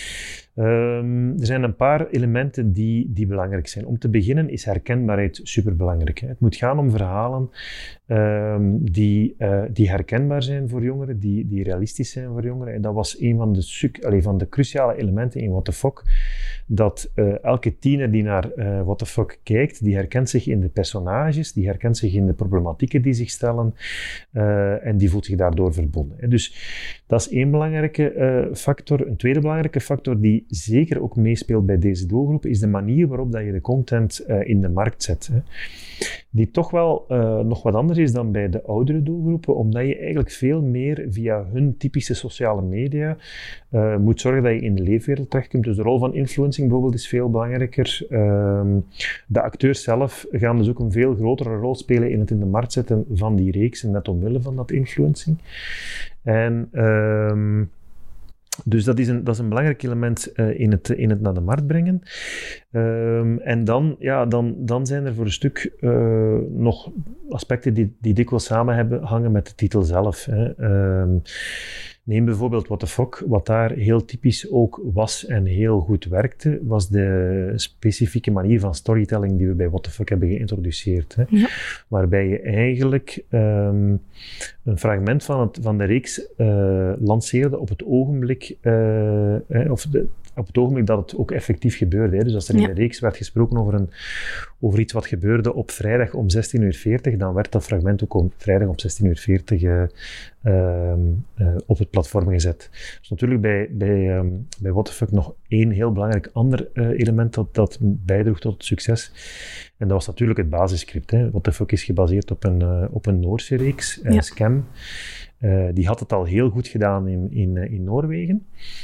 Um, er zijn een paar elementen die, die belangrijk zijn. Om te beginnen is herkenbaarheid superbelangrijk. Hè. Het moet gaan om verhalen um, die, uh, die herkenbaar zijn voor jongeren, die, die realistisch zijn voor jongeren. En dat was een van de, suk- allez, van de cruciale elementen in What the Fuck. Dat uh, elke tiener die naar uh, What the Fuck kijkt, die herkent zich in de personages, die herkent zich in de problematieken die zich stellen uh, en die voelt zich daardoor verbonden. Hè. Dus dat is één belangrijke uh, factor. Een tweede belangrijke factor die zeker ook meespeelt bij deze doelgroep, is de manier waarop dat je de content uh, in de markt zet. Hè. Die toch wel uh, nog wat anders is dan bij de oudere doelgroepen, omdat je eigenlijk veel meer via hun typische sociale media uh, moet zorgen dat je in de leefwereld terechtkomt. Dus de rol van influencing bijvoorbeeld is veel belangrijker. Uh, de acteurs zelf gaan dus ook een veel grotere rol spelen in het in de markt zetten van die reeksen, net omwille van dat influencing. En uh, dus dat is een, dat is een belangrijk element uh, in, het, in het naar de markt brengen. Um, en dan, ja, dan, dan zijn er voor een stuk uh, nog aspecten die, die dikwijls samenhangen met de titel zelf. Hè. Um, neem bijvoorbeeld What the Fuck. Wat daar heel typisch ook was en heel goed werkte, was de specifieke manier van storytelling die we bij What the Fuck hebben geïntroduceerd. Hè. Ja. Waarbij je eigenlijk um, een fragment van, het, van de reeks uh, lanceerde op het ogenblik, uh, eh, of de, op het ogenblik dat het ook effectief gebeurde. Hè. Dus als er in ja. de reeks werd gesproken over, een, over iets wat gebeurde op vrijdag om zestien uur veertig, dan werd dat fragment ook op vrijdag om zestien uur veertig uh, uh, uh, op het platform gezet. Dus natuurlijk bij, bij, um, bij What the Fuck nog één heel belangrijk ander uh, element dat, dat bijdroeg tot het succes. En dat was natuurlijk het basisscript. Hè. What the Fuck is gebaseerd op een, uh, op een Noorse reeks, uh, ja. Scam. Uh, die had het al heel goed gedaan in, in, uh, in Noorwegen.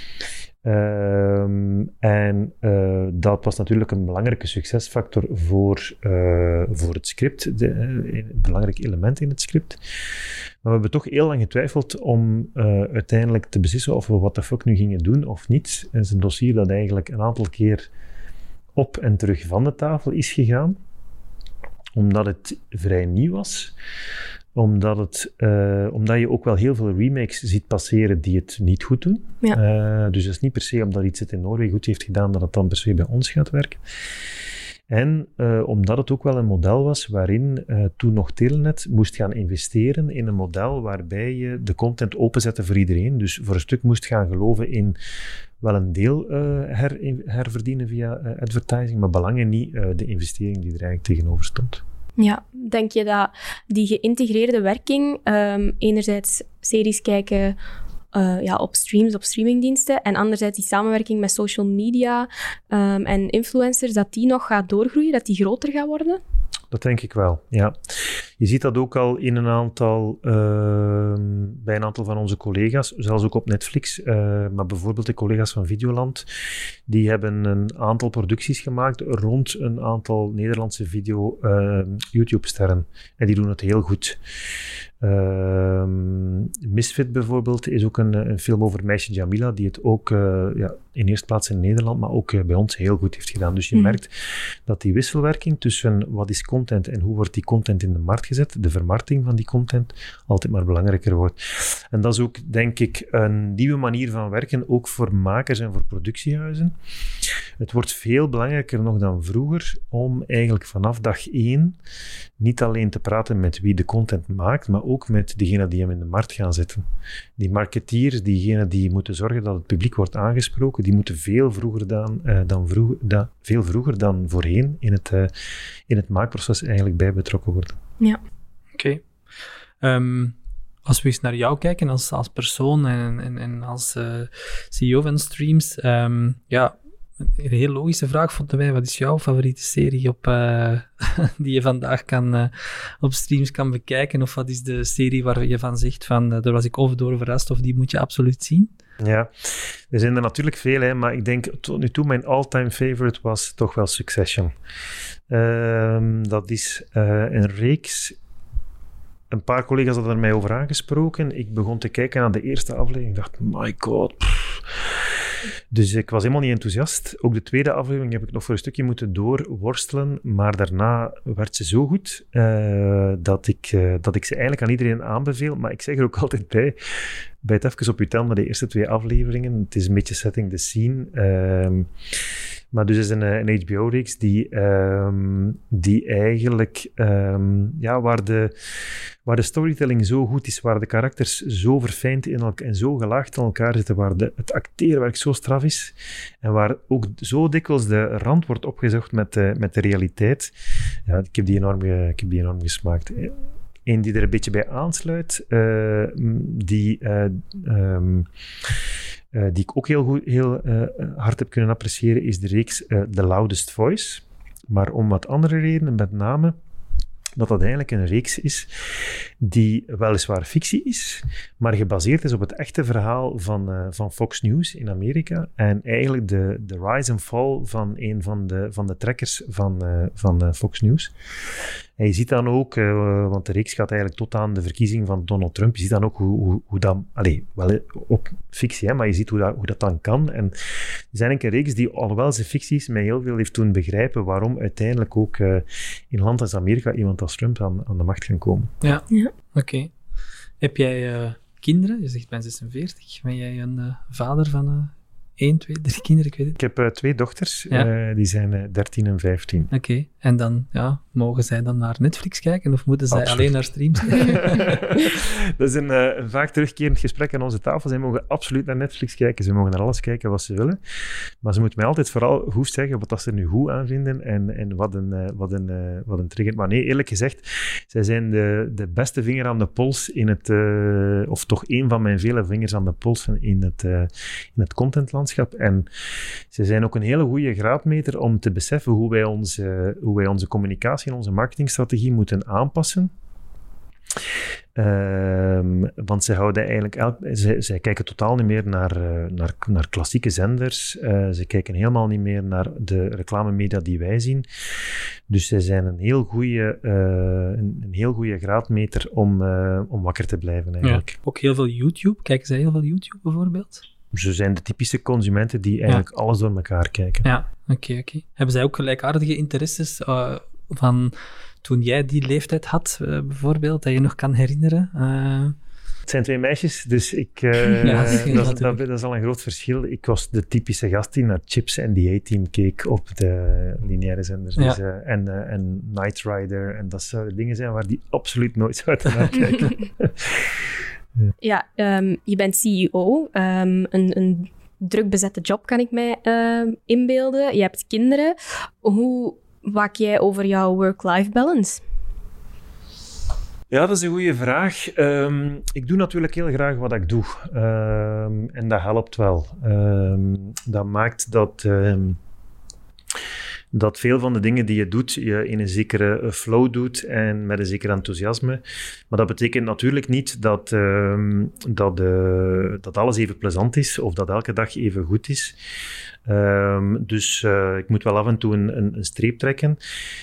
Um, en uh, dat was natuurlijk een belangrijke succesfactor voor, uh, voor het script, de, uh, een belangrijk element in het script. Maar we hebben toch heel lang getwijfeld om uh, uiteindelijk te beslissen of we What the Fuck nu gingen doen of niet. Het is een dossier dat eigenlijk een aantal keer op en terug van de tafel is gegaan, omdat het vrij nieuw was. Omdat, het, uh, omdat je ook wel heel veel remakes ziet passeren die het niet goed doen. Ja. Uh, dus het is niet per se omdat iets het in Noorwegen goed heeft gedaan, dat het dan per se bij ons gaat werken. En uh, omdat het ook wel een model was waarin uh, toen nog Telenet moest gaan investeren in een model waarbij je de content openzette voor iedereen. Dus voor een stuk moest gaan geloven in wel een deel uh, her, herverdienen via uh, advertising, maar belangen niet uh, de investering die er eigenlijk tegenover stond. Ja, denk je dat die geïntegreerde werking, um, enerzijds series kijken uh, ja, op streams, op streamingdiensten, en anderzijds die samenwerking met social media um, en influencers, dat die nog gaat doorgroeien, dat die groter gaat worden? Dat denk ik wel, ja. Je ziet dat ook al in een aantal, uh, bij een aantal van onze collega's, zelfs ook op Netflix, uh, maar bijvoorbeeld de collega's van Videoland, die hebben een aantal producties gemaakt rond een aantal Nederlandse video uh, YouTube-sterren. En die doen het heel goed. Uh, Misfit bijvoorbeeld is ook een, een film over meisje Jamila, die het ook uh, ja, in eerste plaats in Nederland, maar ook uh, bij ons heel goed heeft gedaan. Dus je mm. merkt dat die wisselwerking tussen wat is content en hoe wordt die content in de markt gezet, de vermarkting van die content, altijd maar belangrijker wordt. En dat is ook, denk ik, een nieuwe manier van werken, ook voor makers en voor productiehuizen. Het wordt veel belangrijker nog dan vroeger om eigenlijk vanaf dag één niet alleen te praten met wie de content maakt, maar ook met degene die hem in de markt gaan zetten. Die marketeers, diegenen die moeten zorgen dat het publiek wordt aangesproken, die moeten veel vroeger dan, uh, dan, vroeg, da, veel vroeger dan voorheen in het, uh, in het maakproces eigenlijk bij betrokken worden. Ja. Oké. Okay. Um, als we eens naar jou kijken als, als persoon en, en, en als uh, C E O van Streams, um, ja, een heel logische vraag vonden wij. Wat is jouw favoriete serie op, uh, die je vandaag kan, uh, op streams kan bekijken? Of wat is de serie waar je van zegt van, uh, daar was ik of door verrast, of die moet je absoluut zien? Ja, er zijn er natuurlijk veel, hè, maar ik denk tot nu toe mijn all-time favorite was toch wel Succession. Uh, dat is uh, een reeks. Een paar collega's hadden er mij over aangesproken. Ik begon te kijken naar de eerste aflevering. Ik dacht, my god. Pff. Dus ik was helemaal niet enthousiast. Ook de tweede aflevering heb ik nog voor een stukje moeten doorworstelen. Maar daarna werd ze zo goed uh, dat, ik, uh, dat ik ze eigenlijk aan iedereen aanbeveel. Maar ik zeg er ook altijd bij, bijt even op je tel met de eerste twee afleveringen. Het is een beetje setting the scene. Uh, Maar dus is een, een H B O-reeks die, um, die eigenlijk, um, ja, waar de, waar de storytelling zo goed is, waar de karakters zo verfijnd in elkaar en zo gelaagd in elkaar zitten, waar de, het acteerwerk zo straf is en waar ook zo dikwijls de rand wordt opgezocht met de, met de realiteit. Ja, ik heb die enorm, ik heb die enorm gesmaakt. Eén die er een beetje bij aansluit, uh, die... Uh, um, uh, die ik ook heel, goed, heel uh, hard heb kunnen appreciëren, is de reeks uh, The Loudest Voice. Maar om wat andere redenen, met name dat dat eigenlijk een reeks is die weliswaar fictie is, maar gebaseerd is op het echte verhaal van, uh, van Fox News in Amerika en eigenlijk de, de rise and fall van een van de, van de trekkers van, uh, van uh, Fox News. En je ziet dan ook, uh, want de reeks gaat eigenlijk tot aan de verkiezing van Donald Trump, je ziet dan ook hoe, hoe, hoe dat, allez, wel op fictie, hè, maar je ziet hoe dat, hoe dat dan kan. En het is eigenlijk een reeks die, alhoewel ze fictie is, mij heel veel heeft doen begrijpen waarom uiteindelijk ook uh, in land als Amerika iemand als Trump aan, aan de macht kan komen. Ja, ja. Oké. Okay. Heb jij uh, kinderen? Je zegt, ik ben zesenveertig. Ben jij een uh, vader van uh, één, twee, drie kinderen? Ik weet het. Ik heb uh, twee dochters, ja? uh, die zijn uh, dertien en vijftien. Oké, okay. En dan, ja, mogen zij dan naar Netflix kijken of moeten zij absoluut. alleen naar streams kijken? Dat is een, uh, een vaak terugkerend gesprek aan onze tafel. Zij mogen absoluut naar Netflix kijken, ze mogen naar alles kijken wat ze willen. Maar ze moeten mij altijd vooral goed zeggen wat dat ze er nu goed aan vinden en, en wat een, uh, wat een, uh, wat een trigger. Maar nee, eerlijk gezegd, zij zijn de, de beste vinger aan de pols in het, uh, of toch één van mijn vele vingers aan de pols in het, uh, in het contentlandschap. En ze zijn ook een hele goede graadmeter om te beseffen hoe wij onze, hoe wij onze communicatie en onze marketingstrategie moeten aanpassen. Um, want zij houden eigenlijk elk, zij, zij kijken totaal niet meer naar, uh, naar, naar klassieke zenders. Uh, ze kijken helemaal niet meer naar de reclamemedia die wij zien. Dus zij zijn een heel goede, uh, een, een heel goede graadmeter om, uh, om wakker te blijven eigenlijk. Ja, ook heel veel YouTube. Kijken zij heel veel YouTube bijvoorbeeld? Ze zijn de typische consumenten die eigenlijk ja. alles door elkaar kijken. Ja, oké, okay, oké. Okay. Hebben zij ook gelijkaardige interesses uh, van toen jij die leeftijd had, uh, bijvoorbeeld, dat je nog kan herinneren? Uh... Het zijn twee meisjes, dus ik, uh, ja, dat, dat, dat, dat is al een groot verschil. Ik was de typische gast die naar Chips en die A-Team keek op de lineaire zenders. Ja. Dus, uh, en, uh, en Knight Rider, en dat zouden dingen zijn waar die absoluut nooit zouden naar kijken. Ja, um, je bent C E O, um, een, een druk bezette job kan ik mij uh, inbeelden. Je hebt kinderen. Hoe waak jij over jouw work-life balance? Ja, dat is een goede vraag. Um, ik doe natuurlijk heel graag wat ik doe. Um, en dat helpt wel. Um, dat maakt dat... Um, dat veel van de dingen die je doet, je in een zekere flow doet en met een zeker enthousiasme. Maar dat betekent natuurlijk niet dat, uh, dat, uh, dat alles even plezant is of dat elke dag even goed is. Um, dus uh, ik moet wel af en toe een, een, een streep trekken.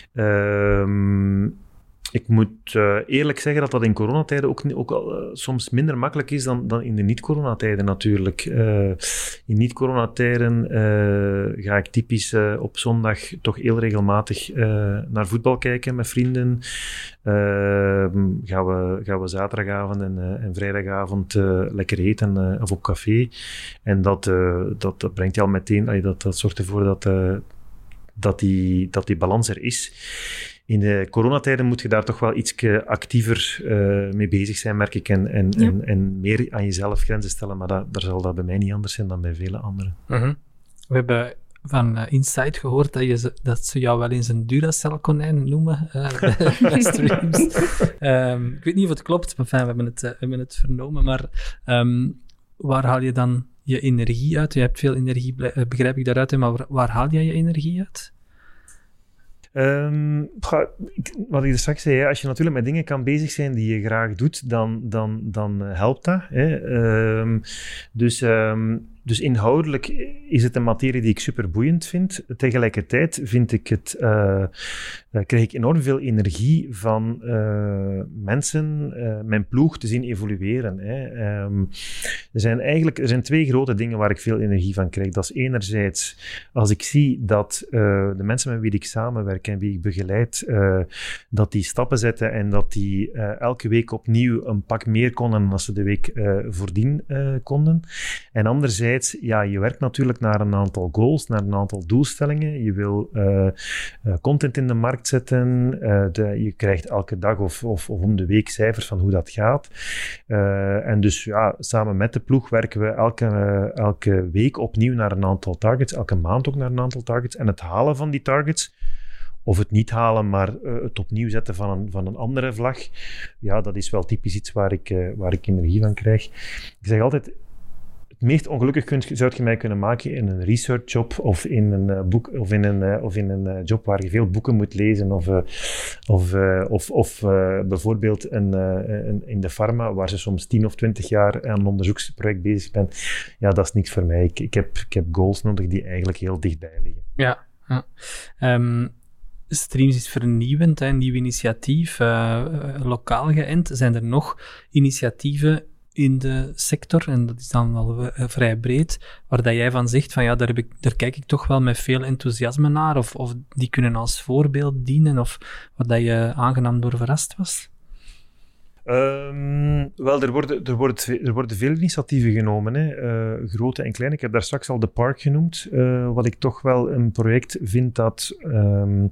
Um, Ik moet uh, eerlijk zeggen dat dat in coronatijden ook, ook al, uh, soms minder makkelijk is dan, dan in de niet-coronatijden natuurlijk. Uh, in niet-coronatijden uh, ga ik typisch uh, op zondag toch heel regelmatig uh, naar voetbal kijken met vrienden. Uh, gaan, we, gaan we zaterdagavond en, uh, en vrijdagavond uh, lekker eten uh, of op café. En dat, uh, dat, dat brengt je al meteen, uh, dat, dat zorgt ervoor dat, uh, dat, die, dat die balans er is. In de coronatijden moet je daar toch wel iets actiever uh, mee bezig zijn, merk ik, en, en, ja. en, en meer aan jezelf grenzen stellen, maar dat, daar zal dat bij mij niet anders zijn dan bij vele anderen. Mm-hmm. We hebben van uh, Insight gehoord dat, je, dat ze jou wel eens een Duracell-konijn noemen uh, bij streams. um, ik weet niet of het klopt, maar fijn, we hebben het, uh, we hebben het vernomen, maar um, waar haal je dan je energie uit? Je hebt veel energie, begrijp ik daaruit, maar waar, waar haal jij je energie uit? Um, wat ik er straks zei, als je natuurlijk met dingen kan bezig zijn die je graag doet, dan, dan, dan helpt dat. Hè. Um, dus, um, dus inhoudelijk is het een materie die ik super boeiend vind. Tegelijkertijd vind ik het, uh, krijg ik enorm veel energie van uh, mensen, uh, mijn ploeg te zien evolueren. Hè. Um, er zijn eigenlijk er zijn twee grote dingen waar ik veel energie van krijg. Dat is enerzijds als ik zie dat uh, de mensen met wie ik samenwerk en wie ik begeleid, uh, dat die stappen zetten en dat die uh, elke week opnieuw een pak meer konden dan als ze de week uh, voordien uh, konden. En anderzijds, ja, je werkt natuurlijk naar een aantal goals, naar een aantal doelstellingen. Je wil uh, uh, content in de markt zetten. Uh, de, je krijgt elke dag of, of, of om de week cijfers van hoe dat gaat. Uh, en dus ja, samen met de ploeg werken we elke, uh, elke week opnieuw naar een aantal targets, elke maand ook naar een aantal targets. En het halen van die targets, of het niet halen, maar uh, het opnieuw zetten van een, van een andere vlag, ja, dat is wel typisch iets waar ik, uh, waar ik energie van krijg. Ik zeg altijd, het meest ongelukkig kunt, zou je mij kunnen maken in een research job of in een uh, boek of in een, uh, of in een uh, job waar je veel boeken moet lezen of, uh, of, uh, of, of uh, bijvoorbeeld een, uh, een, in de pharma waar ze soms tien of twintig jaar aan een onderzoeksproject bezig zijn. Ja, dat is niks voor mij. Ik, ik, heb, ik heb goals nodig die eigenlijk heel dichtbij liggen. Ja, ja. Um, Streams is vernieuwend, hè, een nieuw initiatief, uh, lokaal geënt. Zijn er nog initiatieven in de sector, en dat is dan wel uh, vrij breed, waar dat jij van zegt van ja, daar, heb ik, daar kijk ik toch wel met veel enthousiasme naar, of, of die kunnen als voorbeeld dienen, of waar dat je aangenaam door verrast was? Um, wel, er worden, er, worden, er worden veel initiatieven genomen, hè. Uh, grote en kleine. Ik heb daar straks al de Park genoemd, uh, wat ik toch wel een project vind dat, um,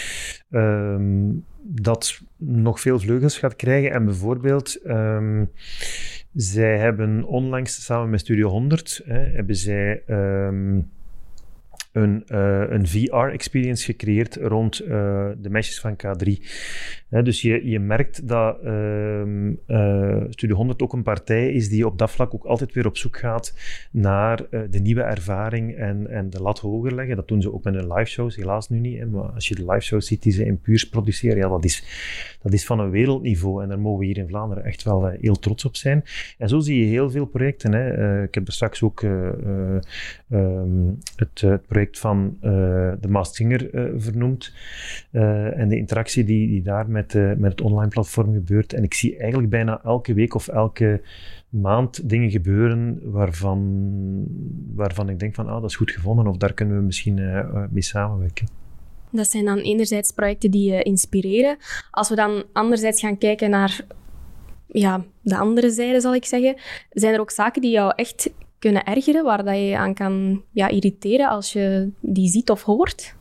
um, dat nog veel vleugels gaat krijgen. En bijvoorbeeld, um, zij hebben onlangs samen met Studio honderd, hè, hebben zij... Um, Een, uh, een V R-experience gecreëerd rond uh, de meisjes van K drie. He, dus je, je merkt dat uh, uh, Studio honderd ook een partij is die op dat vlak ook altijd weer op zoek gaat naar uh, de nieuwe ervaring en, en de lat hoger leggen. Dat doen ze ook met hun liveshows, helaas nu niet. Hè, maar als je de liveshows ziet die ze in Puurs produceren, ja, dat is, dat is van een wereldniveau. En daar mogen we hier in Vlaanderen echt wel uh, heel trots op zijn. En zo zie je heel veel projecten. Hè. Uh, ik heb er straks ook uh, uh, um, het, uh, het project van uh, de Masked Singer uh, vernoemd uh, en de interactie die, die daar met, uh, met het online platform gebeurt. En ik zie eigenlijk bijna elke week of elke maand dingen gebeuren waarvan, waarvan ik denk van, ah, dat is goed gevonden of daar kunnen we misschien uh, mee samenwerken. Dat zijn dan enerzijds projecten die je inspireren. Als we dan anderzijds gaan kijken naar ja, de andere zijde, zal ik zeggen, zijn er ook zaken die jou echt kunnen ergeren, waar dat je je aan kan ja, irriteren als je die ziet of hoort?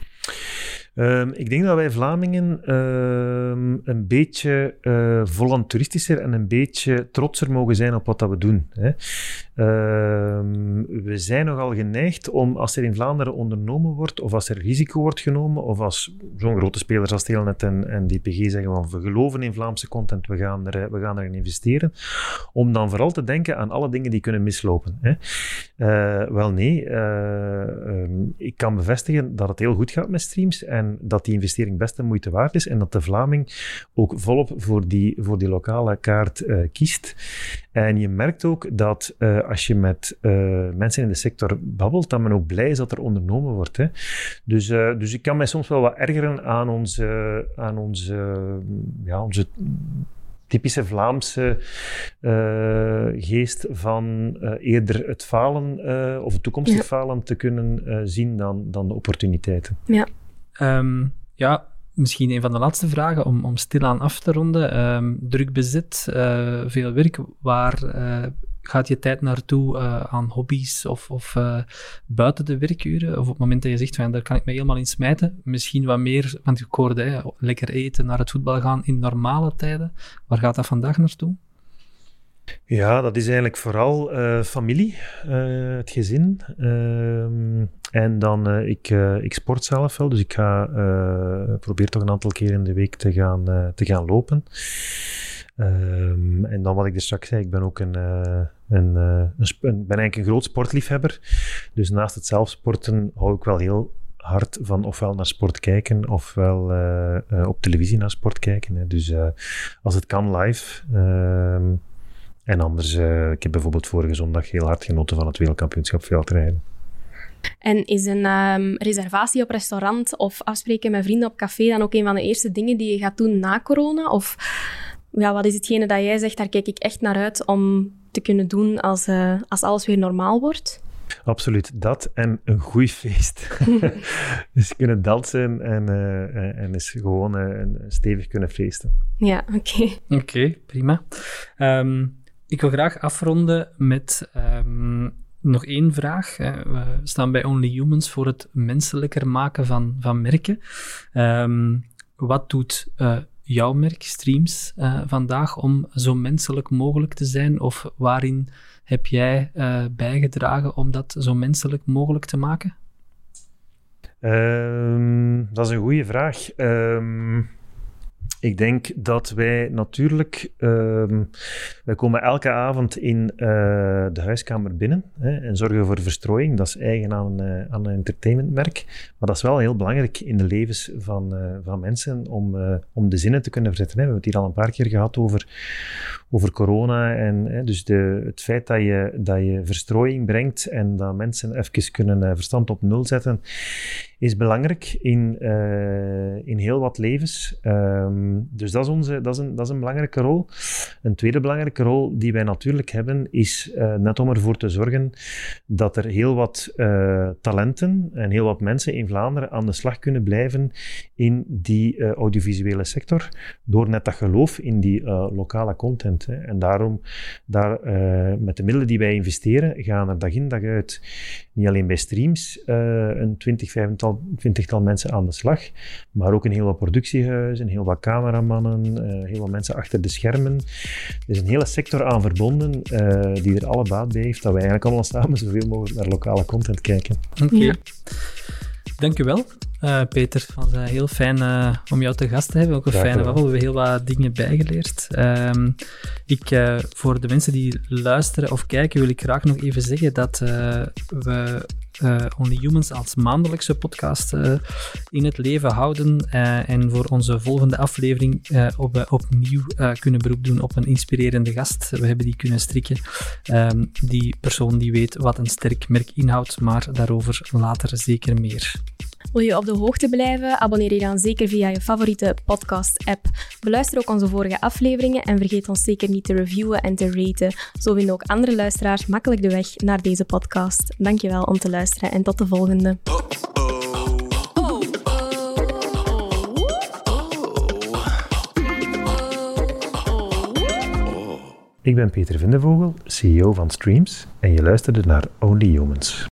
Um, ik denk dat wij Vlamingen um, een beetje uh, voluntaristischer en een beetje trotser mogen zijn op wat dat we doen. Hè. Um, we zijn nogal geneigd om, als er in Vlaanderen ondernomen wordt, of als er risico wordt genomen, of als zo'n grote spelers als Telenet en, en D P G zeggen van we geloven in Vlaamse content, we gaan, er, we gaan erin investeren, om dan vooral te denken aan alle dingen die kunnen mislopen. Hè. Uh, wel nee, uh, um, ik kan bevestigen dat het heel goed gaat met streams en dat die investering best de moeite waard is en dat de Vlaming ook volop voor die, voor die lokale kaart uh, kiest. En je merkt ook dat uh, als je met uh, mensen in de sector babbelt, dat men ook blij is dat er ondernomen wordt. Hè. Dus, uh, dus ik kan mij soms wel wat ergeren aan onze, aan onze, ja, onze typische Vlaamse uh, geest van uh, eerder het falen uh, of het toekomstig ja. falen te kunnen uh, zien dan, dan de opportuniteiten. Ja. Um, ja, misschien een van de laatste vragen om, om stilaan af te ronden. Um, druk bezet, uh, veel werk. Waar uh, gaat je tijd naartoe uh, aan hobby's of, of uh, buiten de werkuren? Of op het moment dat je zegt, van, daar kan ik me helemaal in smijten. Misschien wat meer, want ik hoorde, hè, lekker eten, naar het voetbal gaan in normale tijden. Waar gaat dat vandaag naartoe? Ja, dat is eigenlijk vooral uh, familie, uh, het gezin. Uh, en dan, uh, ik, uh, ik sport zelf wel, dus ik ga uh, probeer toch een aantal keer in de week te gaan, uh, te gaan lopen. Um, en dan wat ik er straks zei, ik ben ook een, uh, een, uh, een, sp- een, ben eigenlijk een groot sportliefhebber. Dus naast het zelf sporten hou ik wel heel hard van ofwel naar sport kijken, ofwel uh, uh, op televisie naar sport kijken. Hè. Dus uh, als het kan live. Uh, en anders, uh, ik heb bijvoorbeeld vorige zondag heel hard genoten van het wereldkampioenschap veldrijden. En is een um, reservatie op restaurant of afspreken met vrienden op café dan ook een van de eerste dingen die je gaat doen na corona? Of ja, wat is hetgene dat jij zegt, daar kijk ik echt naar uit om te kunnen doen als, uh, als alles weer normaal wordt? Absoluut, dat en een goed feest. Dus kunnen dansen en, uh, en eens gewoon uh, stevig kunnen feesten. Ja, oké. Okay. Oké, okay, prima. Um, ik wil graag afronden met um, nog één vraag. We staan bij Only Humans voor het menselijker maken van, van merken. Um, wat doet uh, jouw merk, Streams, uh, vandaag om zo menselijk mogelijk te zijn? Of waarin heb jij uh, bijgedragen om dat zo menselijk mogelijk te maken? Um, dat is een goede vraag. Um, Ik denk dat wij natuurlijk... Uh, wij komen elke avond in uh, de huiskamer binnen hè, en zorgen voor verstrooiing. Dat is eigen aan, uh, aan een entertainmentmerk. Maar dat is wel heel belangrijk in de levens van, uh, van mensen om, uh, om de zinnen te kunnen verzetten. Hè. We hebben het hier al een paar keer gehad over, over corona. En, hè, dus de, het feit dat je, dat je verstrooiing brengt en dat mensen even kunnen uh, verstand op nul zetten, is belangrijk in, uh, in heel wat levens. Um, dus dat is, onze, dat, is een, dat is een belangrijke rol. Een tweede belangrijke rol die wij natuurlijk hebben, is uh, net om ervoor te zorgen dat er heel wat uh, talenten en heel wat mensen in Vlaanderen aan de slag kunnen blijven in die uh, audiovisuele sector, door net dat geloof in die uh, lokale content. Hè. En daarom, daar, uh, met de middelen die wij investeren, gaan er dag in dag uit niet alleen bij streams uh, een twintig, vijfental, twintigtal mensen aan de slag, maar ook in heel wat productiehuizen, heel wat cameramannen, uh, heel wat mensen achter de schermen. Er is een hele sector aan verbonden uh, die er alle baat bij heeft, dat wij eigenlijk allemaal samen zoveel mogelijk naar lokale content kijken. Oké. Okay. Ja. Dank u wel, uh, Peter. Het was uh, heel fijn uh, om jou te gast te hebben. Ook een Graag fijne babbel. We hebben heel wat dingen bijgeleerd. Um, ik, uh, voor de mensen die luisteren of kijken, wil ik graag nog even zeggen dat uh, we uh, Only Humans als maandelijkse podcast uh, in het leven houden uh, en voor onze volgende aflevering uh, op, uh, opnieuw uh, kunnen beroep doen op een inspirerende gast. We hebben die kunnen strikken. Um, die persoon die weet wat een sterk merk inhoudt, maar daarover later zeker meer. Wil je op de hoogte blijven? Abonneer je dan zeker via je favoriete podcast-app. Beluister ook onze vorige afleveringen en vergeet ons zeker niet te reviewen en te raten. Zo vinden ook andere luisteraars makkelijk de weg naar deze podcast. Dankjewel om te luisteren en tot de volgende. Ik ben Peter Vindevogel, C E O van Streams, en je luisterde naar Only Humans.